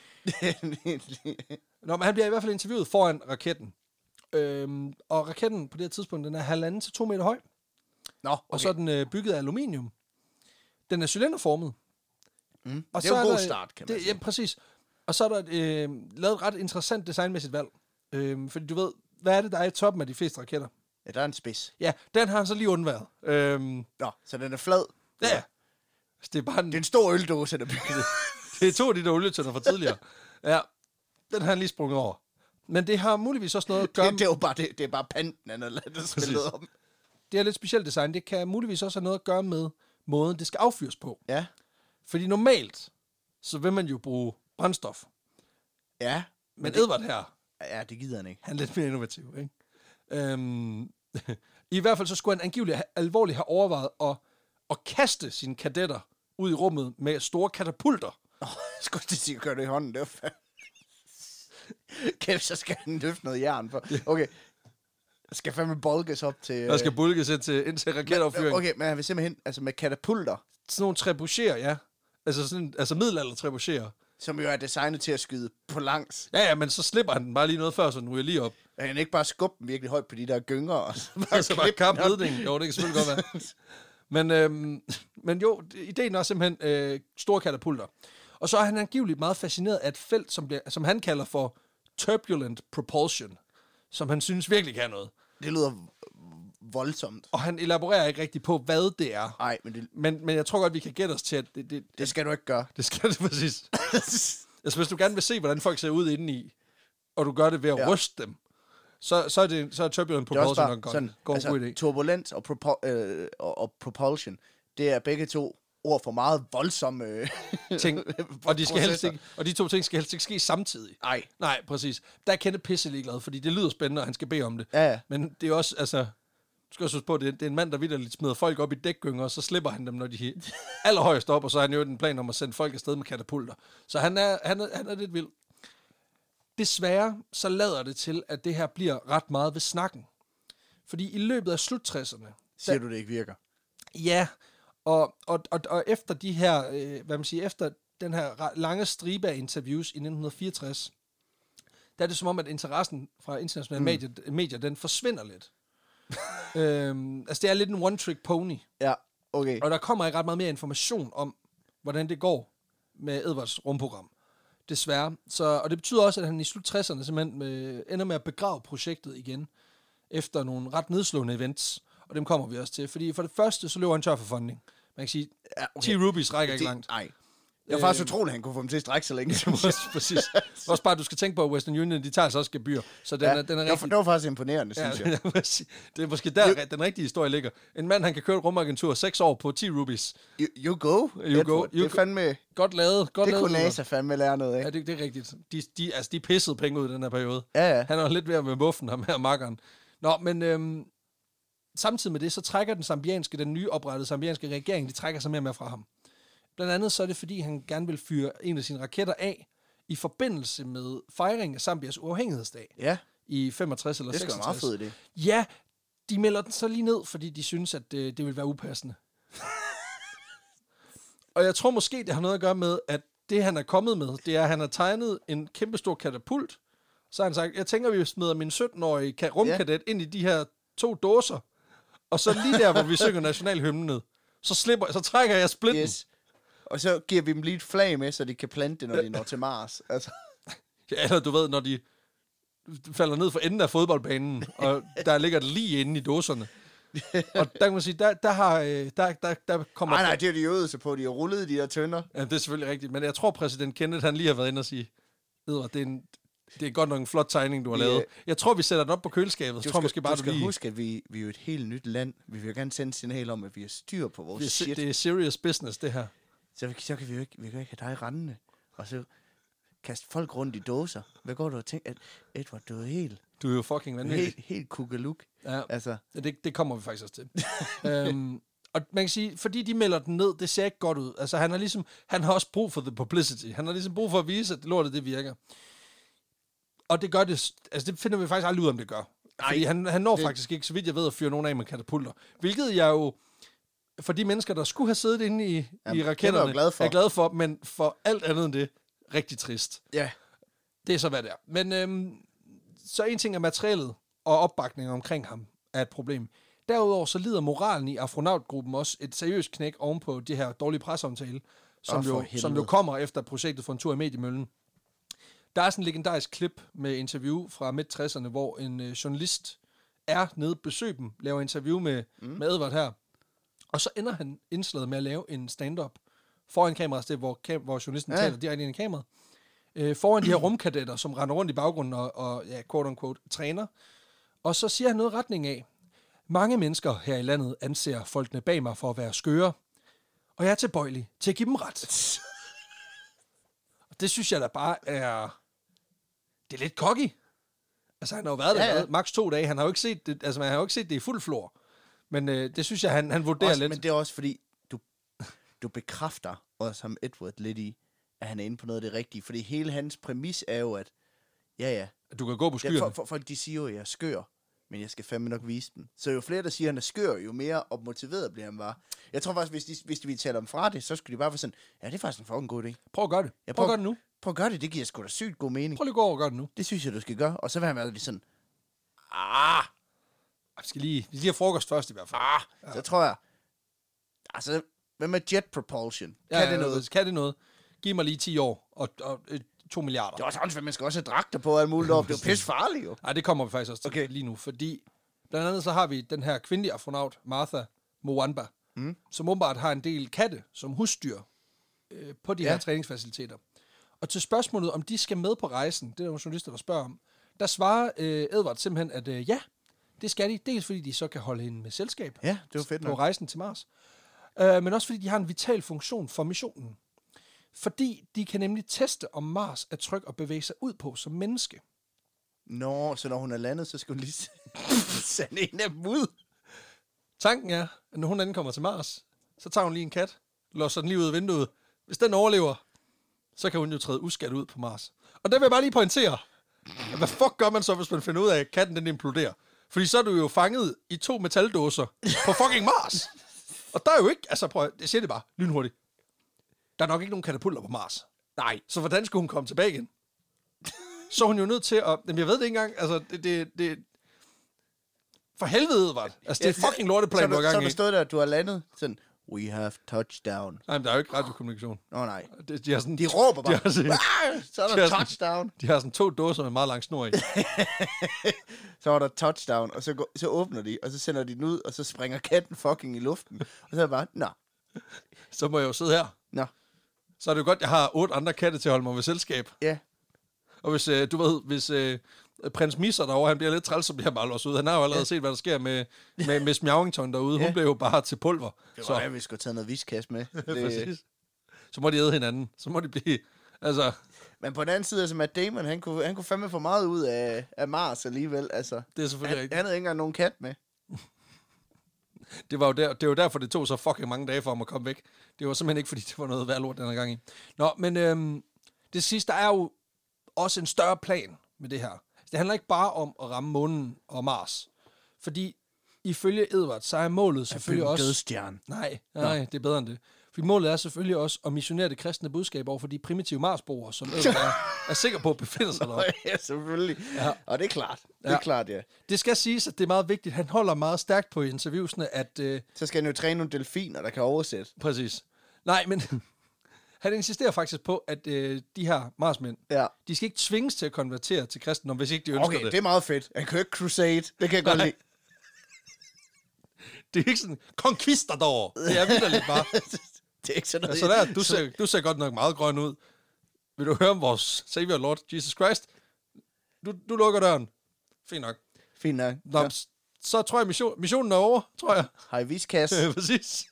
Nå, men han bliver i hvert fald interviewet foran raketten. Og raketten på det her tidspunkt, den er 1,5 til 2 meter høj. Nå, okay. Og så er den bygget af aluminium. Den er cylinderformet. Og det er jo en god start, kan man sige. Ja, præcis. Og så er der lavet et ret interessant designmæssigt valg. Fordi du ved, hvad er det, der er i toppen af de fleste raketter? Ja, der er en spids. Ja, den har han så lige undværet. Nå, så den er flad. Ja. Det er bare det er en stor øldåse, der er bygget. Det er 2 af de der olietønder fra tidligere. Ja, den har han lige sprunget over. Men det har muligvis også noget at gøre... det er bare panten, han har lavet spillet om. Det er lidt specielt design. Det kan muligvis også have noget at gøre med måden, det skal affyres på. Ja. Fordi normalt, så vil man jo bruge brændstof. Ja. Men Edward her... Ja, det gider han ikke. Han er lidt mere innovativ, ikke? I hvert fald så skulle han angiveligt alvorligt have overvejet at kaste sine kadetter ud i rummet med store katapulter. Jeg skulle ikke sige, at gøre det i hånden. Det var kæft, så skal han løfte noget jern for. Okay. Der skal fandme bulkes op til... Der skal bulkes ind til raketaffyring. Okay, men han vil simpelthen... Altså med katapulter. Sådan nogle trebucherer, ja. Altså middelalder trebucherer. Som jo er designet til at skyde på langs. Ja, men så slipper han den bare lige noget før, så den ryger lige op. Han kan ikke bare skubbe den virkelig højt på de der gynger, og så bare, altså bare kappe ledningen. Jo, det kan selvfølgelig godt være. Men jo, ideen er simpelthen store katapulter. Og så er han angiveligt meget fascineret af et felt, som han kalder for turbulent propulsion, som han synes virkelig kan noget. Det lyder voldsomt. Og han elaborerer ikke rigtig på, hvad det er. Nej, men jeg tror godt, vi kan gætte os til, at det skal du ikke gøre. Det skal du præcis. Altså, hvis du gerne vil se, hvordan folk ser ud indeni, og du gør det ved at ryste dem, så er turbulent propulsion nok godt god idé. Turbulens og propulsion, det er begge to ord for meget voldsomme ting. Og de to ting skal helst ikke ske samtidig. Nej, præcis. Der er Kenneth pisselig glad, fordi det lyder spændende, og han skal bede om det. Ja. Men det er også, altså... Du skal også huske på, det er en mand, der vitterligt smider folk op i dækgynger, og så slipper han dem, når de er allerhøjst op, og så har han jo en plan om at sende folk afsted med katapulter. Så han er lidt vild. Desværre, så lader det til, at det her bliver ret meget ved snakken. Fordi i løbet af slut-60'erne... Siger du, det ikke virker? Ja, og efter de her, efter den her lange stribe af interviews i 1964, der er det som om, at interessen fra internationale medier, den forsvinder lidt. Altså, det er lidt en one-trick pony. Ja, okay. Og der kommer ikke ret meget mere information om, hvordan det går med Edwards rumprogram. Desværre. Og det betyder også, at han i slut 60'erne simpelthen ender med at begrave projektet igen, efter nogle ret nedslående events. Og dem kommer vi også til. Fordi for det første, så løber han tør for funding. Man kan sige, 10 rupees rækker ikke langt. Nej. Jeg var faktisk utrolig, at han kunne få dem til at strække så længe. Præcis. Også bare, du skal tænke på, at Western Union, de tager altså også gebyr. Så den er rigtig... Det var faktisk imponerende, synes jeg. Det er måske der, den rigtige historie ligger. En mand, han kan køre et rumagentur 6 år på 10 rupees. You go. Det er fandme... Godt lavet. Det kunne NASA fandme lære noget af. Ja, det er rigtigt. De pissede penge ud i den her periode. Ja. Han er lidt ved at med muffen ham her makkeren. Nå, men samtidig med det, så trækker den nyoprettede zambianske regering, de trækker sig mere med fra ham. Blandt andet så er det, fordi han gerne vil fyre en af sine raketter af i forbindelse med fejringen af Zambias uafhængighedsdag. Ja. I 65 eller 66. Det skal være meget fedt, det. Ja, de melder den så lige ned, fordi de synes, at det vil være upassende. Og jeg tror måske, det har noget at gøre med, at det, han er kommet med, det er, at han har tegnet en kæmpestor katapult. Så har han sagt, jeg tænker, vi smider min 17-årige rumkadet ind i de her 2 dåser. Og så lige der, hvor vi synger nationalhymnen ned, så trækker jeg splitten. Yes. Og så giver vi dem lige et flag med, så de kan plante det, når de når til Mars. Altså. Ja, eller du ved, når de falder ned for enden af fodboldbanen, og der ligger det lige inde i dåserne. Og der kan man sige, der kommer... Nej, det er de øvet sig på. De har rullet de der tønder. Ja, det er selvfølgelig rigtigt. Men jeg tror, præsident Kenneth, han lige har været inde og sige, Edward, Det er godt nok en flot tegning, du har lavet. Jeg tror, vi sætter den op på køleskabet. Du skal huske, at vi er jo et helt nyt land. Vi vil jo gerne sende signal om, at vi har styr på vores shit. Det er serious business, det her. Så kan vi jo ikke have dig rendende. Og så kaste folk rundt i dåser. Hvad går du og tænker? Edward, du er helt... Du er jo fucking vanvittig. Helt kugeluk. Ja, altså. Det kommer vi faktisk også til. Og man kan sige, fordi de melder den ned, det ser ikke godt ud. Altså, han har også brug for the publicity. Han har ligesom brug for at vise, at lortet det virker. Og det gør det... Altså, det finder vi faktisk aldrig ud, om det gør. Fordi han når faktisk ikke, så vidt jeg ved, at fyre nogen af med katapulter. Hvilket jeg jo... For de mennesker, der skulle have siddet inde i raketterne, er glad for, men for alt andet end det, rigtig trist. Ja. Det er så, hvad det er. Men så en ting er materialet og opbakningen omkring ham er et problem. Derudover så lider moralen i astronautgruppen også et seriøst knæk ovenpå de her dårlige presseomtale, som jo kommer efter projektet for en tur i mediemøllen. Der er sådan en legendarisk klip med interview fra midt-60'erne, hvor en journalist er nede og besøger dem, laver interview med Edward her, og så ender han indslaget med at lave en stand-up foran kameraet, det hvor journalisten taler direkte ind i kameraet, foran de her rumkadetter, som render rundt i baggrunden og quote-unquote, træner. Og så siger han noget i retning af, mange mennesker her i landet anser folkene bag mig for at være skøre, og jeg er tilbøjelig til at give dem ret. Og det synes jeg da bare er... Det er lidt cocky. Altså, han har jo været der maks 2 dage. Han har jo ikke set det, altså, man har jo ikke set det i fuld flor. Men det synes jeg, han vurderer også, lidt. Men det er også fordi, du bekræfter også ham Edward lidt i, at han er inde på noget af det rigtige. Fordi hele hans præmis er jo, at du kan gå på skyerne. Folk de siger jo, at jeg er skør, men jeg skal fandme nok vise dem. Så jo flere, der siger, at han er skør, jo mere opmotiveret bliver han bare. Jeg tror faktisk, hvis de ville tale om fra det, så skulle de bare være sådan, ja, det er faktisk en fucking god idé. Prøv at gøre det. Prøv at gøre det nu. Prøv at gøre det, det giver sgu da sygt god mening. Prøv lige at gå over og gøre det nu. Det synes jeg, du skal gøre. Og så vil han være lidt sådan, vi skal lige have frokost først i hvert fald. Så tror jeg, altså, hvad med jet propulsion? Kan det noget? Giv mig lige 10 år og 2 milliarder. Det er også sådan, man skal også have dragter på alt muligt op. Det er jo pisse farligt, jo. Nej, det kommer vi faktisk også til lige nu, fordi blandt andet så har vi den her kvindelige astronaut, Martha Mwamba, som åbenbart har en del katte som husdyr på de her træningsfaciliteter. Og til spørgsmålet, om de skal med på rejsen, det er nogle journalister, der spørger om, der svarer Edward simpelthen, at ja, det skal de. Dels fordi de så kan holde hende med selskab på rejsen til Mars, men også fordi de har en vital funktion for missionen. Fordi de kan nemlig teste, om Mars er tryg at bevæge sig ud på som menneske. Så når hun er landet, så skal hun lige sende en af dem ud. Tanken er, at når hun ankommer til Mars, så tager hun lige en kat, låser den lige ud af vinduet. Hvis den overlever, så kan hun jo træde uskadt ud på Mars. Og der vil jeg bare lige pointere, hvad fuck gør man så, hvis man finder ud af, at katten den imploderer? Fordi så er du jo fanget i 2 metaldåser på fucking Mars. Og der er jo ikke, altså prøv, jeg siger det bare, lynhurtigt. Der er nok ikke nogen katapulter på Mars. Nej. Så hvordan skulle hun komme tilbage igen? Så er hun jo nødt til at... Jamen, jeg ved det ikke engang. Altså, det for helvede, var det. Altså, det er fucking lorteplan, hvor gang i. Så der stod der, at du har landet sådan... We have touchdown. Nej, men der er jo ikke radiokommunikation. Nej. De har sådan... De råber bare. Så er der touchdown. De har sådan 2 dåser med meget lang snor i. Så er der touchdown, og så åbner de, og så sender de den ud, og så springer katten fucking i luften. Og så er det bare, Så må jeg jo sidde her. Så er det jo godt, jeg har 8 andre katte til at holde mig ved selskab. Ja. Og hvis prins Misser derovre, han bliver lidt træls, så bliver han bare låst ud. Han har jo allerede set, hvad der sker med Miss Mjauington derude. Hun blev jo bare til pulver. Det var vi skulle tage noget viskas med. Præcis. Så må de æde hinanden. Så må de blive... Altså... Men på den anden side, altså Matt Damon, han kunne fandme få meget ud af Mars alligevel. Altså, det er selvfølgelig rigtigt. Han havde ikke engang nogen kat med. Det var jo derfor, det tog så fucking mange dage for ham at komme væk. Det var simpelthen ikke, fordi det var noget værd lort den her gang i. Nå, men det sidste, der er jo også en større plan med det her. Det handler ikke bare om at ramme månen og Mars. Fordi ifølge Edward, så er målet selvfølgelig også... dødstjerne. Nej, det er bedre end det. Fordi målet er selvfølgelig også at missionere det kristne budskab over for de primitive Marsboere, som Edward er sikker på at befinde sig der. Ja, selvfølgelig. Ja. Og det er klart. Ja. Det skal siges, at det er meget vigtigt. Han holder meget stærkt på interviewsene, at... Så skal han jo træne nogle delfiner, der kan oversætte. Præcis. Nej, men... Han insisterer faktisk på, at de her marsmænd, de skal ikke tvinges til at konvertere til kristendom, hvis ikke de ønsker det. Okay, det er meget fedt. Han kan jo ikke crusade. Det kan jeg godt lide. Det er ikke sådan, conquistador. Det er vitterligt bare. Det er ikke sådan noget. Altså du ser godt nok meget grøn ud. Vil du høre om vores Savior Lord Jesus Christ? du lukker døren. Fint nok. Fint nok. Nå, så tror jeg, missionen er over, tror jeg. Hej, viskasse. Præcis.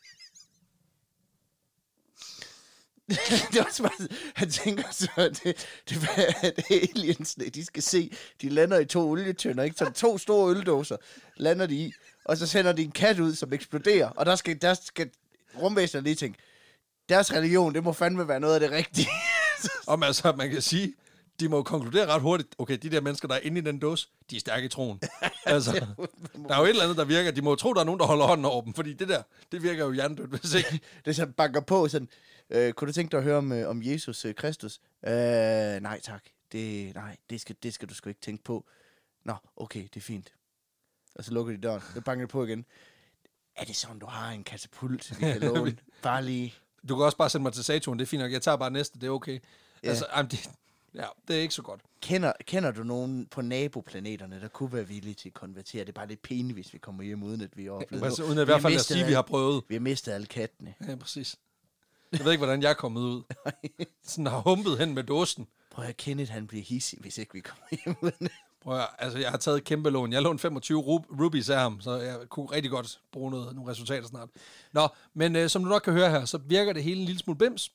Det er også bare, han tænker så, at aliensene, de skal se, de lander i 2 olietønder, ikke? Så 2 store øldåser lander de i, og så sender de en kat ud, som eksploderer, og der skal rumvæsener lige tænke, deres religion, det må fandme være noget af det rigtige. Om altså, man kan sige, de må konkludere ret hurtigt, okay, de der mennesker, der er inde i den dåse, de er stærke i troen. Altså, der er jo et eller andet, der virker. De må jo tro, der er nogen, der holder hånden over dem, fordi det der, det virker jo hjernedødt, hvis ikke. Det så banker på sådan, kunne du tænke dig at høre om Jesus Kristus? Nej tak, det skal du sgu ikke tænke på. Nå, okay, det er fint. Og så lukker de døren, så banker det på igen. Er det sådan, du har en katapult, vi kan låne? Bare lige. Du kan også bare sende mig til Saturn, det er fint nok, jeg tager bare næste, det er okay. Ja. Altså, det er ikke så godt. Kender du nogen på naboplaneterne, der kunne være villige til at konvertere? Det er bare lidt pinligt, hvis vi kommer hjem, uden at vi har oplevet altså, uden at i hvert fald at sige, at vi har prøvet. Vi har mistet alle kattene. Ja, præcis. Jeg ved ikke, hvordan jeg er kommet ud. Sådan har humpet hen med dåsen. Prøv at Kenneth, han bliver hissig, hvis ikke vi kommer hjem uden. Prøv at, altså, jeg har taget et kæmpe lån. Jeg lånte 25 rubies af ham, så jeg kunne rigtig godt bruge nogle resultater snart. Nå, men som du nok kan høre her, så virker det hele en lille smule bims.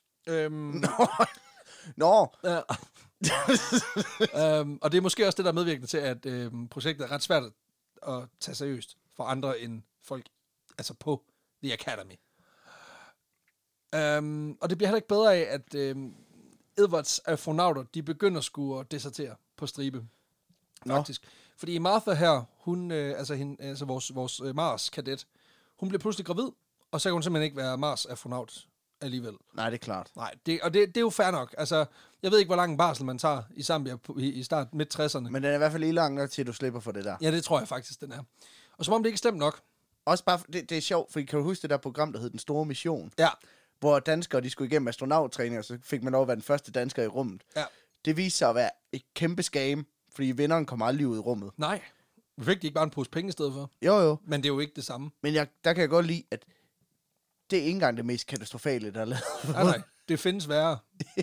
Nå. Ja. Og det er måske også det, der er medvirkende til, at projektet er ret svært at tage seriøst for andre end folk, altså på The Academy. Og det bliver heller ikke bedre af, at Edwards astronauter, de begynder sgu at desertere på stribe. Faktisk. Fordi Martha her, hun, vores Mars-kadet, hun bliver pludselig gravid, og så kan hun simpelthen ikke være Mars-astronaut alligevel. Nej, det er klart. Nej, det er jo fair nok. Altså, jeg ved ikke, hvor lang en barsel man tager i Zambia i start midt-60'erne. Men den er i hvert fald lige lang nok til, at du slipper for det der. Ja, det tror jeg faktisk, den er. Og som om det ikke er slemt nok. Også bare, det er sjovt, for kan du huske det der program, der hed Den Store Mission? Ja. Hvor danskere, de skulle igennem astronauttræning, og så fik man lov at være den første dansker i rummet. Ja. Det viste sig at være et kæmpe scam, fordi vinderen kom aldrig ud i rummet. Nej. Vi fik de ikke bare en pose penge i stedet for? Jo. Men det er jo ikke det samme. Men der kan jeg godt lide, at det er ikke engang det mest katastrofale, der er lavet. Nej, det findes værre.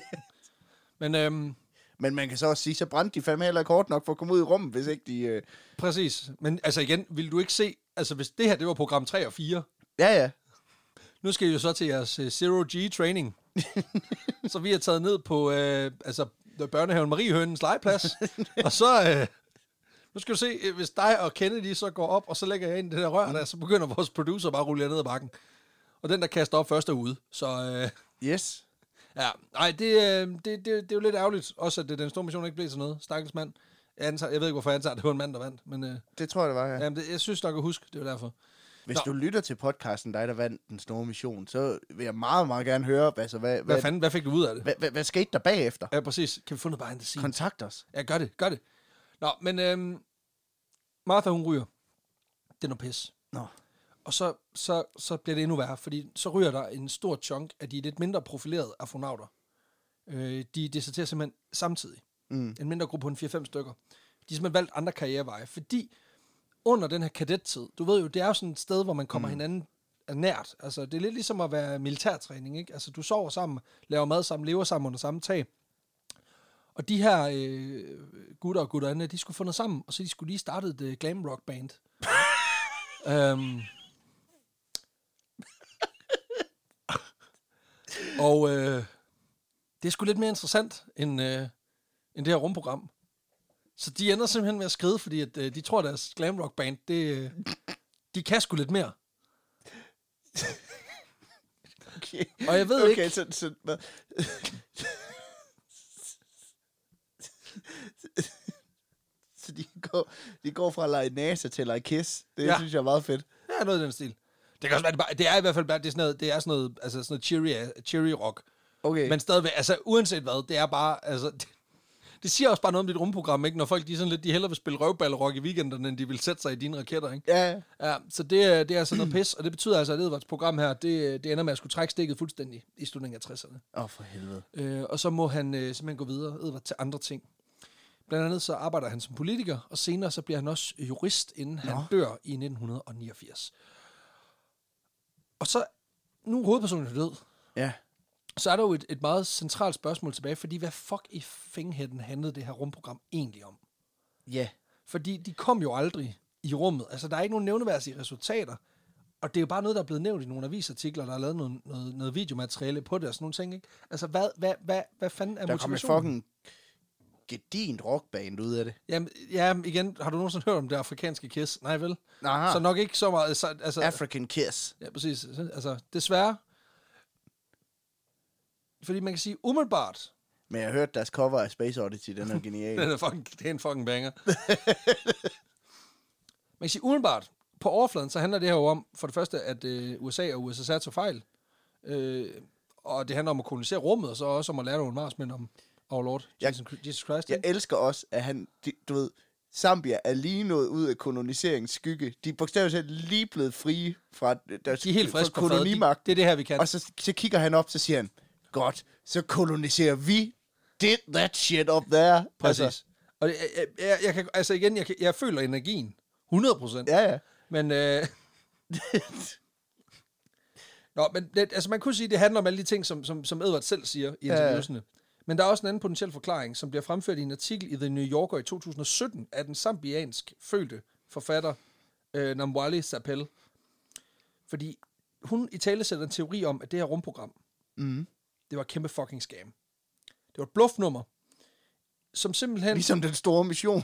Men man kan så også sige, så brændte de fandme heller ikke hårdt nok for at komme ud i rummet, hvis ikke de... Præcis. Men altså igen, vil du ikke se... Altså hvis det her, det var program 3 og 4... Ja. Nu skal I jo så til jeres Zero G-training. Så vi er taget ned på børnehaven Mariehønens legeplads. Og så... Nu skal du se, hvis dig og Kennedy så går op, og så lægger jeg ind i det der rør der, så begynder vores producer bare at rulle ned ad bakken. Og den, der kaster op først er ude. Så... Yes. Ja, nej, det er jo lidt ærgerligt. Også, at den store mission ikke blev sådan noget. Stakkels mand. Jeg ved ikke, hvorfor jeg antager, at det var en mand, der vandt. Men, det tror jeg, det var, ja. Jamen, jeg synes nok at huske, det var derfor. Hvis du lytter til podcasten, dig der vandt Den Store Mission, så vil jeg meget, meget gerne høre, hvad fik du ud af det? Hvad skete der bagefter? Ja, præcis. Kan vi få noget behind the scenes? Kontakt os. Ja, gør det. Nå, men Martha, hun ryger. Det er noget pis. Nå. Og så bliver det endnu værre, fordi så ryger der en stor chunk af de lidt mindre profilerede astronauter. De deserterer simpelthen samtidig. En mindre gruppe på en 4-5 stykker. De har simpelthen valgt andre karriereveje, fordi under den her kadettid, du ved jo, det er jo sådan et sted, hvor man kommer hinanden nært. Altså, det er lidt ligesom at være militærtræning, ikke? Altså, du sover sammen, laver mad sammen, lever sammen under samme tag. Og de her gutter og gutterinde, de skulle fundet sammen, og så de skulle lige starte et glam rock band. Og det er sgu lidt mere interessant end det her rumprogram. Så de ender simpelthen med at skride, fordi at, de tror, at deres glam rock band, de kan sgu lidt mere. Okay. Og jeg ved ikke... Så de går fra at lege NASA til at lege Kiss. Det synes jeg er meget fedt. Ja, noget i den stil. Det kan også være, det er i hvert fald bare, det er sådan noget cheery rock. Okay. Men stadigvæk, altså uanset hvad, det er bare, altså, det siger også bare noget om dit rumprogram, ikke? Når folk, de hellere vil spille røvballerock i weekenderne, end de vil sætte sig i dine raketter, ikke? Ja. Så det er altså noget pis, og det betyder altså, at Edvards program her, det ender med at skulle trække stikket fuldstændig i slutningen af 60'erne. For helvede. Og så må han simpelthen gå videre, Edvard, til andre ting. Blandt andet så arbejder han som politiker, og senere så bliver han også jurist, inden han dør i 1989. Og så, nu hovedpersonen er død. Ja. Så er der jo et meget centralt spørgsmål tilbage, fordi hvad fuck i fingerheden handlede det her rumprogram egentlig om? Ja. Fordi de kom jo aldrig i rummet. Altså, der er ikke nogen nævneværdige resultater. Og det er jo bare noget, der er blevet nævnt i nogle avisartikler, der er lavet noget videomateriale på det og sådan nogle ting, ikke? Altså, hvad fanden er Der motivationen? kommer fucking gedint rockband ud af det. Jamen, igen, har du nogensinde hørt om det afrikanske Kiss? Nej, vel? Aha. Så nok ikke så meget... Altså, African Kiss. ja, præcis. Altså, desværre. Fordi man kan sige, umiddelbart... Men jeg har hørt deres cover af Space Oddity, den er genial. Det er en fucking banger. Man kan sige, umiddelbart, på overfladen, så handler det her jo om, for det første, at USA og USSR tog fejl. Og det handler om at kolonisere rummet, og så også om at lære nogle marsmænd om our Lord Jesus Christ. Jeg elsker også, at han, du ved, Zambia er lige nået ud af koloniseringens skygge. De er bogstaveligt talt lige blevet frie fra deres De er helt friske på kolonimagt. det er det her, vi kan. Og så kigger han op, så siger han, godt, så koloniserer vi. Did that shit up there. Præcis. Altså, Og jeg kan, altså igen, jeg føler energien. 100%. ja. Men, Nå, men det, altså man kunne sige, at det handler om alle de ting, som Edward selv siger i interviewsene. Ja. Men der er også en anden potentiel forklaring, som bliver fremført i en artikel i The New Yorker i 2017 af den zambiansk fødte forfatter Namwali Sapel. Fordi hun italesætter en teori om, at det her rumprogram, det var et kæmpe fucking scam. Det var et bluffnummer, som simpelthen... Ligesom den store mission.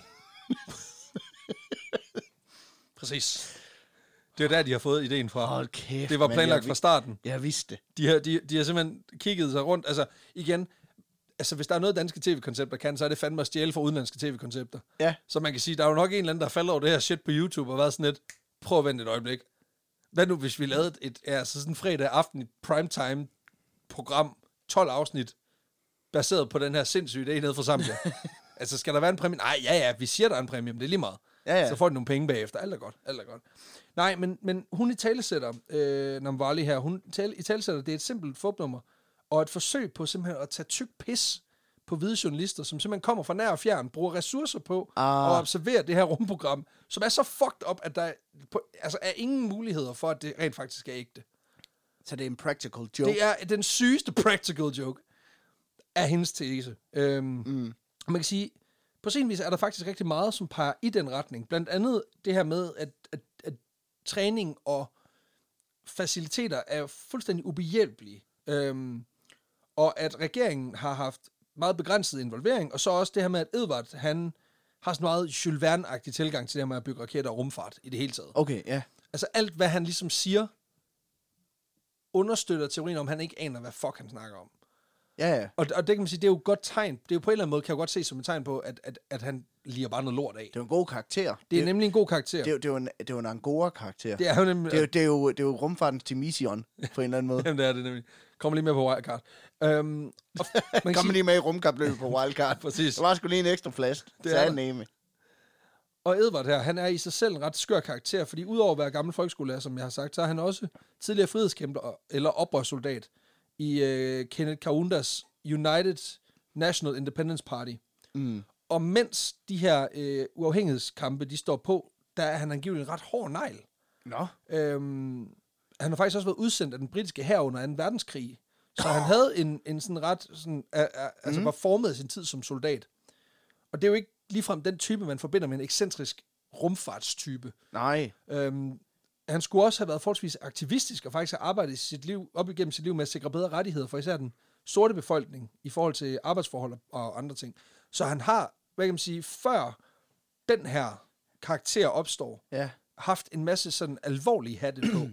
Præcis. Det er der, de har fået ideen fra. Hold kæft, det var planlagt fra starten. Jeg vidste De har simpelthen kigget sig rundt. Altså, igen, hvis der er noget danske tv-koncepter kan, så er det fandme at stjæle fra udenlandske tv-koncepter. Ja. Så man kan sige, der er jo nok en eller anden, der falder over det her shit på YouTube og været sådan lidt, prøv at vente et øjeblik. Hvad nu, hvis vi lavede sådan en fredag aften i primetime program, 12 afsnit, baseret på den her sindssyge idé nede fra Zambia. Altså, skal der være en præmie? Nej, ja, vi siger, der er en præmie, men det er lige meget. Ja. Så får de nogle penge bagefter. Alt er godt. Nej, men hun italesætter, Namwali her, hun italesætter, det er et simpelt fupnummer, og et forsøg på simpelthen at tage tyk pis på hvide journalister, som simpelthen kommer fra nær og fjern, bruger ressourcer på at observere det her rumprogram, som er så fucked up, at der er ingen muligheder for, at det rent faktisk er ægte. Så det er en practical joke. Det er den sygeste practical joke af hendes tese. Man kan sige, på sin vis er der faktisk rigtig meget, som peger i den retning. Blandt andet det her med, at træning og faciliteter er fuldstændig ubehjælpelige. Og at regeringen har haft meget begrænset involvering, og så også det her med, at Edward, han har sådan meget Jules Verne-agtig tilgang til det her med at bygge raketter og rumfart i det hele taget. Okay, ja. Altså alt, hvad han ligesom siger, understøtter teorien om, han ikke aner, hvad fuck han snakker om. Ja. Og det kan man sige, det er jo et godt tegn. Det er jo på en eller anden måde, kan jeg godt se som et tegn på, at han liger bare noget lort af. Det er en god karakter. Det er nemlig en god karakter. Det er jo en Angora-karakter. Det er jo nemlig... Det er jo rumfartens til Mission, på en eller anden måde. Jamen, det er det nemlig. Kommer lige med på Wildcard. Kommer lige med i rumkapløbet på Wildcard. Præcis. Der var sgu lige en ekstra flaske. Det er nemme. Og Edward her, han er i sig selv en ret skør karakter, fordi udover at være gammel folkeskolelærer, som jeg har sagt, så er han også tidligere frihedskæmper eller oprørssoldat i Kenneth Kaundas United National Independence Party. Og mens de her uafhængighedskampe, de står på, der er han angiveligt en ret hård negl. Nå. Han har faktisk også været udsendt af den britiske hær under 2. verdenskrig. Så han havde en sådan ret, altså var formet af sin tid som soldat. Og det er jo ikke ligefrem den type, man forbinder med en ekscentrisk rumfartstype. Nej. Han skulle også have været forholdsvis aktivistisk, og faktisk have arbejdet op igennem sit liv med at sikre bedre rettigheder for især den sorte befolkning i forhold til arbejdsforhold og andre ting. Så han har, hvad kan man sige, før den her karakter opstår, haft en masse sådan alvorlige hatte på.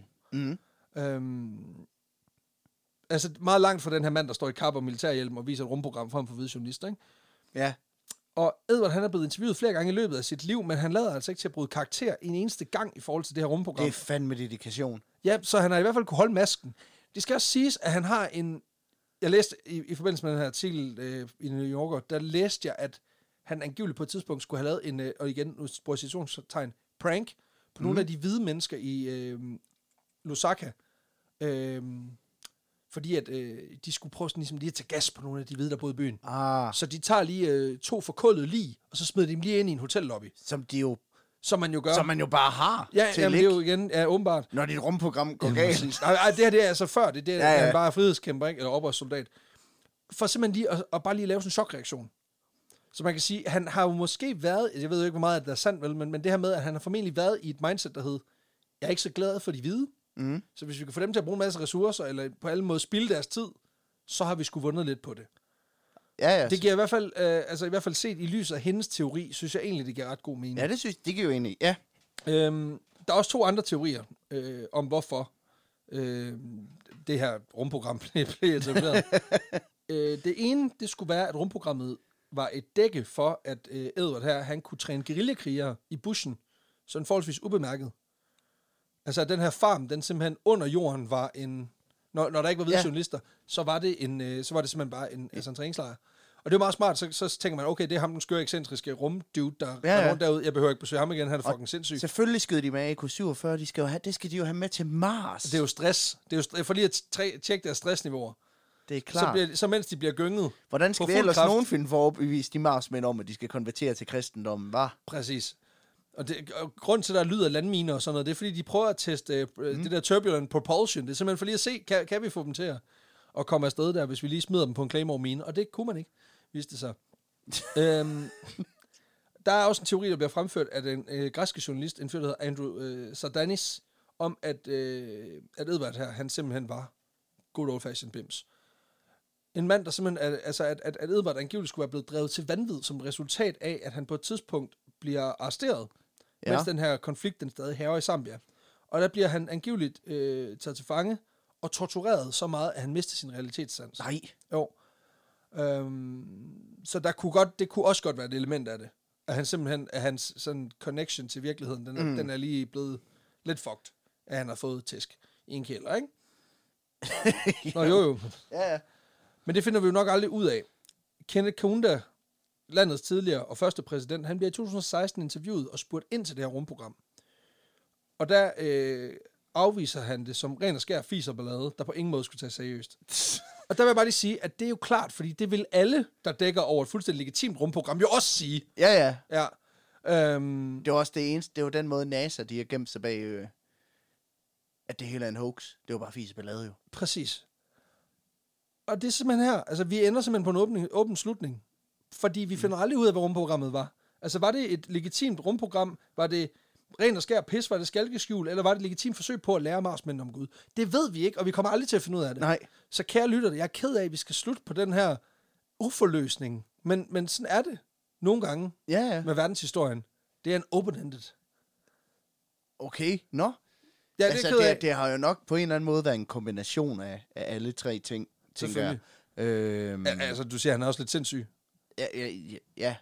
Altså meget langt fra den her mand, der står i kap og militærhjelm og viser et rumprogram frem for hvide journalister, ikke? Ja. Og Edward, han er blevet interviewet flere gange i løbet af sit liv, men han lader altså ikke til at bryde karakter en eneste gang i forhold til det her rumprogram. Det er fandme dedikation. Ja, så han har i hvert fald kunne holde masken. Det skal også siges, at han har en... Jeg læste i forbindelse med den her artikel i New Yorker, der læste jeg, at han angiveligt på et tidspunkt skulle have lavet en, og igen, nu bruger citationstegn, prank på nogle af de hvide mennesker i Lusaka. Fordi at de skulle prøve sådan, ligesom lige at tage gas på nogle af de hvide, der boede i byen. Så de tager lige 2 forkullede lig, og så smider de dem lige ind i en hotellobby. Som man jo gør. Som man jo bare har. Ja, jamen, det er jo igen, åbenbart. Når dit rumprogram går galt. Nej, det her det er altså før. Det er han bare er frihedskæmper, ikke? Eller oprørssoldat. For simpelthen lige at bare lige lave sådan en chokreaktion. Så man kan sige, han har jo måske været, jeg ved jo ikke, hvor meget det er sandt, vel, men det her med, at han har formentlig været i et mindset, der hed, jeg er ikke så glad for de hvide, så hvis vi kan få dem til at bruge en masse ressourcer, eller på alle måder spilde deres tid, så har vi sgu vundet lidt på det. Ja. Det giver i hvert fald, i hvert fald set i lyset af hendes teori, synes jeg egentlig, det giver ret god mening. Ja, det giver jo egentlig, ja. Der er også 2 andre teorier om, hvorfor det her rumprogram blev etableret. Det ene, det skulle være, at rumprogrammet var et dække for, at Edward her, han kunne træne guerillakrigere i bushen, sådan forholdsvis ubemærket. Altså, at den her farm, den simpelthen under jorden var en... Når der ikke var hvide journalister, så var det simpelthen bare en træningslejr. Og det er meget smart, så tænker man, okay, det er ham den skøre, ekscentriske rumdude, der er rundt derude. Jeg behøver ikke besøge ham igen, han er fucking sindssyg. Selvfølgelig skyder de med AK-47, det skal de jo have med til Mars. Det er jo stress. Det er jo for lige at tjekke deres stressniveauer. Det er klart. Så mens de bliver gynget. Hvordan skal vi ellers nogen finde for at overbevise de Marsmænd om, at de skal konvertere til kristendommen, var? Præcis. Og grund til, at der lyder landminer og sådan noget, det er, fordi de prøver at teste det der turbulent propulsion. Det er simpelthen for lige at se, kan vi få dem til at komme afsted der, hvis vi lige smider dem på en Claymore-mine. Og det kunne man ikke, viste det sig. Der er også en teori, der bliver fremført af den græske journalist, en fyr, der hedder Andrew Sardanis, om at Edward her, han simpelthen var good old-fashioned bims. En mand, der simpelthen, at Edward angiveligt skulle være blevet drevet til vanvid som resultat af, at han på et tidspunkt bliver arresteret, mens den her konflikt, den stadig hærger i Zambia. Og der bliver han angiveligt taget til fange og tortureret så meget, at han mister sin realitetssans. Nej. Jo. Så det kunne også godt være et element af det. At han simpelthen, at hans sådan connection til virkeligheden, den er lige blevet lidt fucked, at han har fået tæsk i en kælder, ikke? Nå, jo. Ja. Men det finder vi jo nok aldrig ud af. Kenneth Kaunda, landets tidligere og første præsident, han bliver i 2016 interviewet og spurgt ind til det her rumprogram. Og der afviser han det som ren og skær fiserballade, der på ingen måde skulle tages seriøst. Og der vil jeg bare lige sige, at det er jo klart, fordi det vil alle, der dækker over et fuldstændig legitimt rumprogram, jo også sige. Ja. Ja. Det var også det eneste, det var den måde NASA, de har gemt sig bag, at det hele er en hoax. Det var bare fiserballade jo. Præcis. Og det er simpelthen her, altså vi ender simpelthen på en åben slutning, fordi vi finder aldrig ud af, hvad rumprogrammet var. Altså var det et legitimt rumprogram, var det ren og skær pis, var det skalkeskjul, eller var det et legitimt forsøg på at lære Marsmænd om Gud? Det ved vi ikke, og vi kommer aldrig til at finde ud af det. Nej. Så kære lytter, jeg er ked af, at vi skal slutte på den her uforløsning, men sådan er det nogle gange med verdenshistorien. Det er en open-ended. Okay, nå. Ja, altså, det har jo nok på en eller anden måde været en kombination af alle 3 ting, tænker jeg. Altså, du siger, han er også lidt sindssyg. Ja.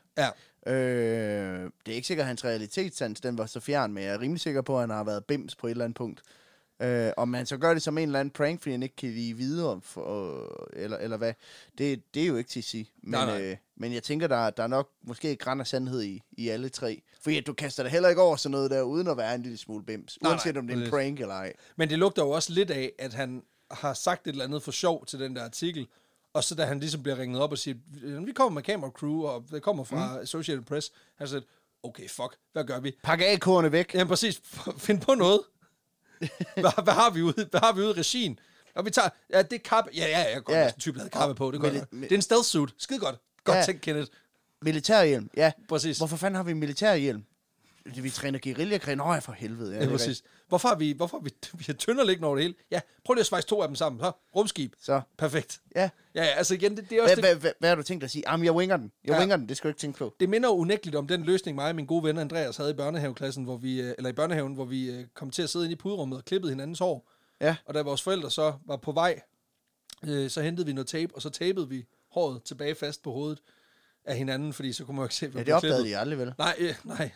Det er ikke sikkert, at hans realitetssans, den var så fjern, men jeg er rimelig sikker på, at han har været bims på et eller andet punkt. Om han så gør det som en eller anden prank, fordi han ikke kan lide videre, eller hvad, det er jo ikke til at sige. Men, men jeg tænker, der er nok måske et græn af sandhed i alle 3. Fordi du kaster dig heller ikke over sådan noget der, uden at være en lille smule bims. Uanset om det er en prank eller ej. Men det lugter jo også lidt af, at han har sagt et eller andet for sjov til den der artikel, og så da han ligesom bliver ringet op og siger, vi kommer med camera crew, og det kommer fra Associated Press, han siger, okay, fuck, hvad gør vi? Pak AK'erne væk. Jamen præcis, find på noget. Hvad har vi ude? Hvad har vi ude i regien? Og vi tager, det er kappe. Jeg kan godt være sådan en type, der havde kappe på. Det er en stealth suit. Skide godt. Godt tænkt, Kenneth. Militærhjelm, ja. Præcis. Hvorfor fanden har vi militærhjelm? Vi træner guerillakrig. Nå, for helvede. Ja, præcis. Hvorfor har vi tønder liggende over det hele? Ja, prøv lige at svejse 2 af dem sammen. Så, rumskib. Så. Perfekt. Ja. Ja, altså igen, det er også hvad har du tænkt at sige? Jamen, jeg winger den. Winger den, det skal du ikke tænke på. Det minder jo unægteligt om den løsning, mig og min gode ven Andreas havde i børnehaveklassen, i børnehaven, hvor vi kom til at sidde inde i puderummet og klippede hinandens hår. Ja. Og da vores forældre så var på vej, så hentede vi noget tape, og så tapede vi håret tilbage fast på hovedet af hinanden, fordi så kunne man jo ikke se, hvad det opdagede de aldrig, vel? Nej.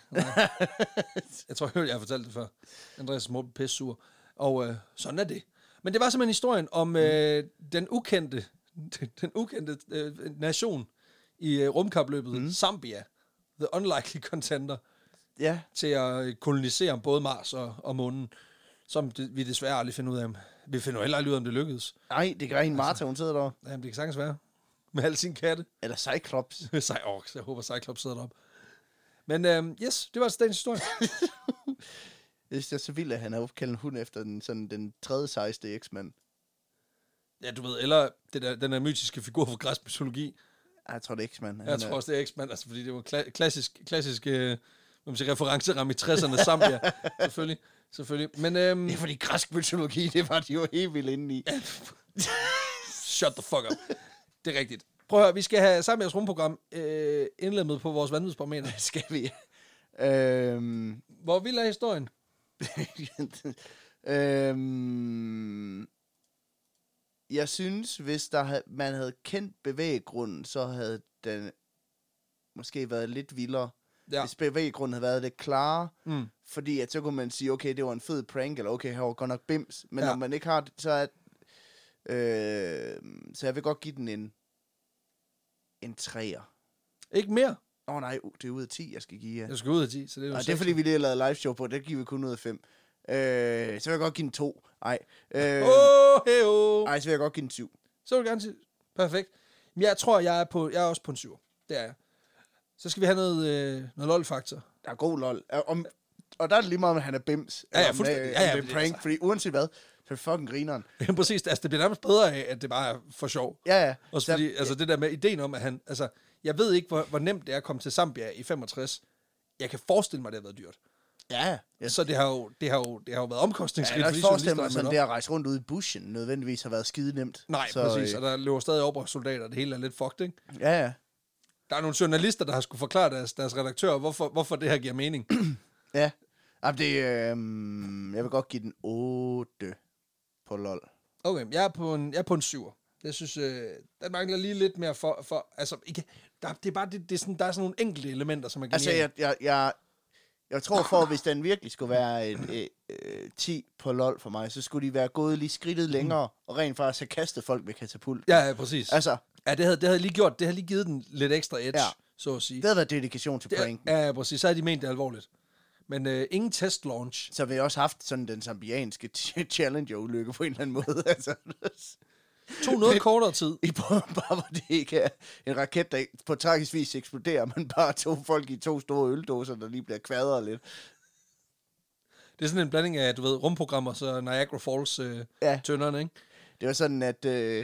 Jeg tror, jeg har fortalt det før. Andreas er små pissur. Og sådan er det. Men det var simpelthen historien om den ukendte nation i rumkapløbet, Zambia. The unlikely contender. Ja. Til at kolonisere både Mars og månen. Som vi desværre aldrig finder ud af. Vi finder heller aldrig ud af, om det lykkedes. Nej, det gør hende Martha, hun sidder der. Jamen, det kan sagtens være. Med alle sine katte. Eller Cyclops. Jeg håber, Cyclops sidder deroppe. Men yes, det var altså dagens historie. Det er så vildt, at han har opkaldt en hund efter den tredje sejeste X-mand. Ja, du ved, eller den der mytiske figur fra græsk mytologi. Jeg tror, det er X-Man. Jeg tror også, det er X-Man, altså, fordi det var klassisk referenceramme i 60'erne Zambia. Selvfølgelig. Men, det er fordi græsk mytologi, det var de jo helt vildt inde i. Shut the fuck up. Det er rigtigt. Prøv at høre, vi skal have Zambias rumprogram indlemmet på vores vanvidsbarometer. Det skal vi. Hvor vild er historien? Jeg synes, hvis man havde kendt bevæggrunden, så havde den måske været lidt vildere. Ja. Hvis bevæggrunden havde været lidt klarere. Fordi at så kunne man sige, okay, det var en fed prank, eller okay, her var godt nok bims. Men når man ikke har det, så er... så jeg vil godt give den en 3'er. Ikke mere? Nej, det er ud af 10, jeg skal give. Ja. Jeg skal ud af 10, så det er jo 6. Det er fordi, vi lige har lavet live show på, det giver vi kun ud af 5. Så vil jeg godt give den 2. Ej. Så vil jeg godt give den 7. Så vil jeg gerne sige, perfekt. Men jeg tror, jeg er også på en 7. Det er jeg. Så skal vi have noget lol-faktor. Der er god lol. Og der er det lige meget, at han er bims. Ja, fuldstændig. Det er prank, altså. Fordi uanset hvad, så er det fucking grineren. Ja, præcis. Altså, det bliver nærmest bedre af, at det bare er for sjov. Ja. Også fordi, altså det der med ideen om, at han... Altså, jeg ved ikke, hvor nemt det er at komme til Zambia i 65. Jeg kan forestille mig, at det har været dyrt. Ja. Så det har jo været omkostningsrigt. Jeg kan også forestille mig, sådan det at rejse rundt ude i bushen nødvendigvis har været skide nemt. Nej, så, præcis. Og der løber stadig oprørssoldater. Det hele er lidt fucked, ikke? Ja. Der er nogle journalister, der har skulle forklare deres redaktører, hvorfor det her giver mening. Ja. Jeg vil godt give den 8 på lol. Okay, jeg er på en 7'er. Jeg synes, den mangler lige lidt mere for altså, ikke, det er bare, det er sådan, der er sådan nogle enkelte elementer, som er geniale. Altså, jeg tror hvis den virkelig skulle være et 10 på lol for mig, så skulle de være gået lige skridtet længere, og rent faktisk have kastet folk med katapult. Ja, præcis. Altså, ja, det havde lige givet den lidt ekstra edge, så at sige. Det havde været dedikation til prank. Ja, præcis. Så havde de ment det alvorligt. Men ingen test launch. Så vi har også haft sådan den zambianske Challenger-ulykke på en eller anden måde. Altså. Tog noget kortere tid. Bare hvor det ikke er en raket, der på tragisk vis eksploderer, men bare 2 folk i 2 store øldåser, der lige bliver kvadret lidt. Det er sådan en blanding af, du ved, rumprogrammer, så Niagara Falls tønderne, ikke? Det var sådan, at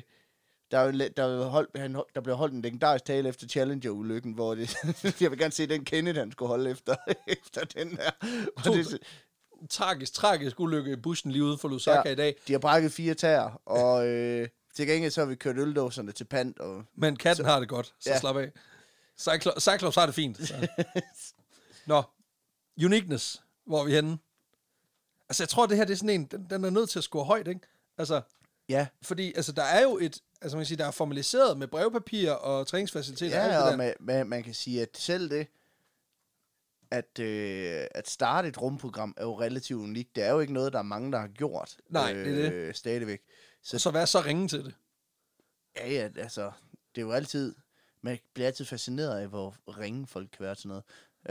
der blev holdt en legendarisk tale efter Challenger-ulykken, hvor det, jeg vil gerne se den Kenneth, han skulle holde efter den her. Tragisk ulykke i bushen lige ude for Lusaka i dag. De har brækket 4 tæer, og til gengæld så har vi kørt øldåserne til pant. Men katten har det godt, så slap af. Cyclops har det fint. Så. Nå, Uniqueness, hvor er vi henne? Altså, jeg tror, det her det er sådan en, den er nødt til at score højt, ikke? Altså, ja. Fordi, altså, der er jo man kan sige, der er formaliseret med brevpapir og træningsfaciliteter. Ja, og man kan sige, at selv det, at starte et rumprogram er jo relativt unikt. Det er jo ikke noget, der er mange, der har gjort. Nej, det er det. Stadigvæk. Så hvad så ringe til det? Ja, altså, det er jo altid... Man bliver altid fascineret af, hvor ringe folk kan være til noget.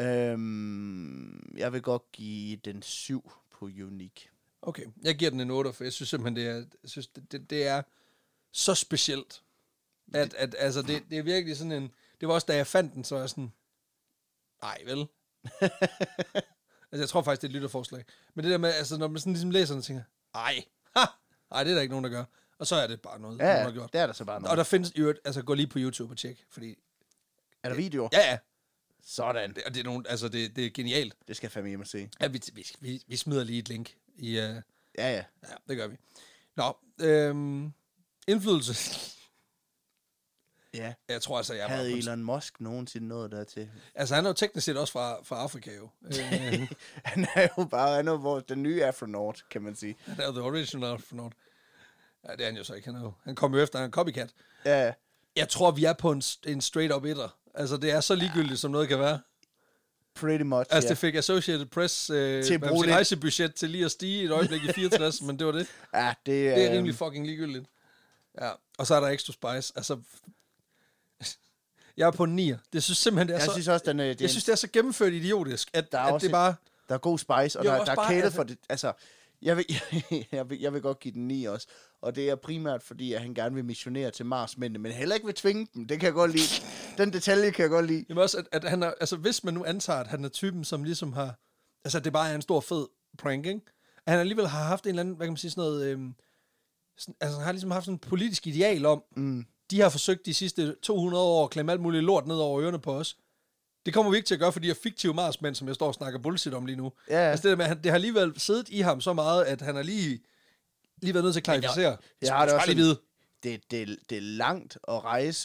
Jeg vil godt give den 7 på Unique. Okay, jeg giver den en 8, for jeg synes simpelthen, det er så specielt. At altså, det er virkelig sådan en... Det var også, da jeg fandt den, så var jeg sådan... Nej, vel? Altså, jeg tror faktisk, det er et lytterforslag. Men det der med, altså, når man sådan ligesom læser den, tænker, ej, det er der ikke nogen, der gør. Og så er det bare noget, nogen har gjort. Det er der så bare noget. Og der findes jo, altså, gå lige på YouTube og tjek, fordi... Er der videoer? Ja. Sådan. Det er nogen, altså, det er genialt. Det skal jeg fandme hjem og se. Ja, vi smider lige et link i... Ja. Ja, det gør vi. Nå, indflydelse. Ja. Jeg tror altså, jeg havde Elon Musk nogensinde noget dertil? Altså, han er jo teknisk set også fra Afrika, jo. Han er jo den nye astronaut, kan man sige. Han er jo the original astronaut. Ja, det er han jo så ikke. Han kom jo efter, han er en copycat. Ja. Jeg tror, vi er på en straight-up etter. Altså, det er så ligegyldigt, som noget kan være. Pretty much, altså, det fik Associated Press til at bruge rejsebudget til lige at stige et øjeblik i 64, men det var det. Ja, det er rimelig fucking ligegyldigt. Ja, og så er der Extra Spice. Altså, jeg er på en 9'er. Det synes simpelthen, det er jeg synes også, jeg synes, det er så gennemført idiotisk, at det bare... Der er god spice, og der er kælet for det. Altså, jeg vil godt give den 9 også. Og det er primært, fordi at han gerne vil missionere til Mars-mændene, men heller ikke vil tvinge dem. Det kan jeg godt lide. Den detalje kan jeg godt lide. Jamen også, at han er... Altså, hvis man nu antager, at han er typen, som ligesom har... Altså, det bare er en stor, fed prank, ikke? At han alligevel har haft en eller anden, hvad kan man sige, sådan noget... altså, han har ligesom haft sådan en politisk ideal om... de har forsøgt de sidste 200 år at klemme alt muligt lort ned over ørerne på os. Det kommer vi ikke til at gøre, fordi de er fiktive marsmænd, som jeg står og snakker bullshit om lige nu. Ja. Altså det der med, det har alligevel siddet i ham så meget, at han har lige været nødt til at klarificere. Jeg har det også vide. Det er langt at rejse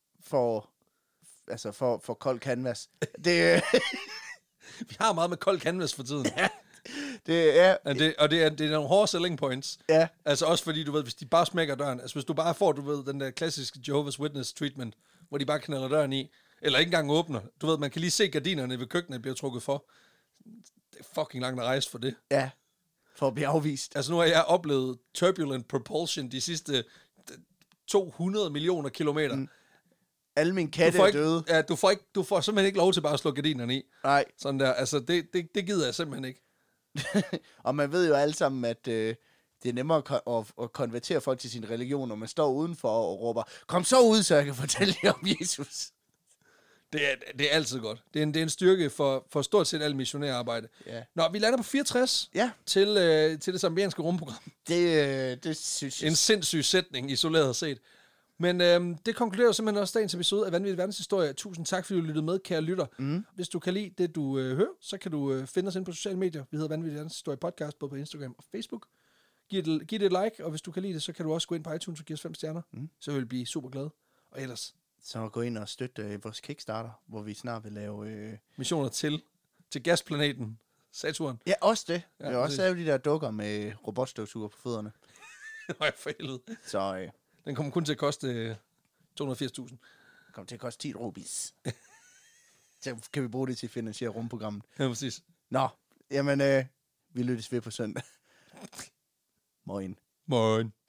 for kold canvas. Det, Vi har meget med kold canvas for tiden. det er... Det er nogle hårde selling points. Ja. Altså også fordi, du ved, hvis de bare smækker døren, altså hvis du bare får, du ved, den der klassiske Jehovah's Witness treatment, hvor de bare knalder døren i, eller ikke engang åbner. Du ved, man kan lige se gardinerne ved køkkenet bliver trukket for. Det er fucking langt at rejse for det. Ja, for at blive afvist. Altså nu har jeg oplevet turbulent propulsion de sidste 200 millioner kilometer. Alle mine katte er døde. Ja, du får simpelthen ikke lov til bare at slå gardinerne i. Nej. Sådan der, altså det gider jeg simpelthen ikke. Og man ved jo alle sammen, at det er nemmere at konvertere folk til sin religion, når man står udenfor og råber, kom så ud, så jeg kan fortælle jer om Jesus. Det er altid godt. Det er en styrke for stort set alt missionærarbejde. Ja. Nå, vi lander på 64 til det zambianske rumprogram. Det synes jeg. En sindssyg sætning, isoleret set. Men det konkluderer jo simpelthen også dagens episode af Vanvittig Verdenshistorie. Tusind tak, fordi du lyttede med, kære lytter. Hvis du kan lide det, du hører, så kan du finde os ind på sociale medier. Vi hedder Vanvittig Verdenshistorie Podcast, både på Instagram og Facebook. Giv det et like, og hvis du kan lide det, så kan du også gå ind på iTunes og give os 5 stjerner. Så vil vi blive super glade. Og ellers... Så gå ind og støtte vores Kickstarter, hvor vi snart vil lave... missioner til gasplaneten Saturn. Ja, også det. Ja, vi vil også lave de der dukker med robotstøvsuger på fødderne. Nej, for helvede. Så Den kommer kun til at koste 280.000. det kommer til at koste 10 rubis. Så kan vi bruge det til at finansiere rumprogrammet. Ja, præcis. Nå, jamen, vi lyttes ved på søndag. Morgen.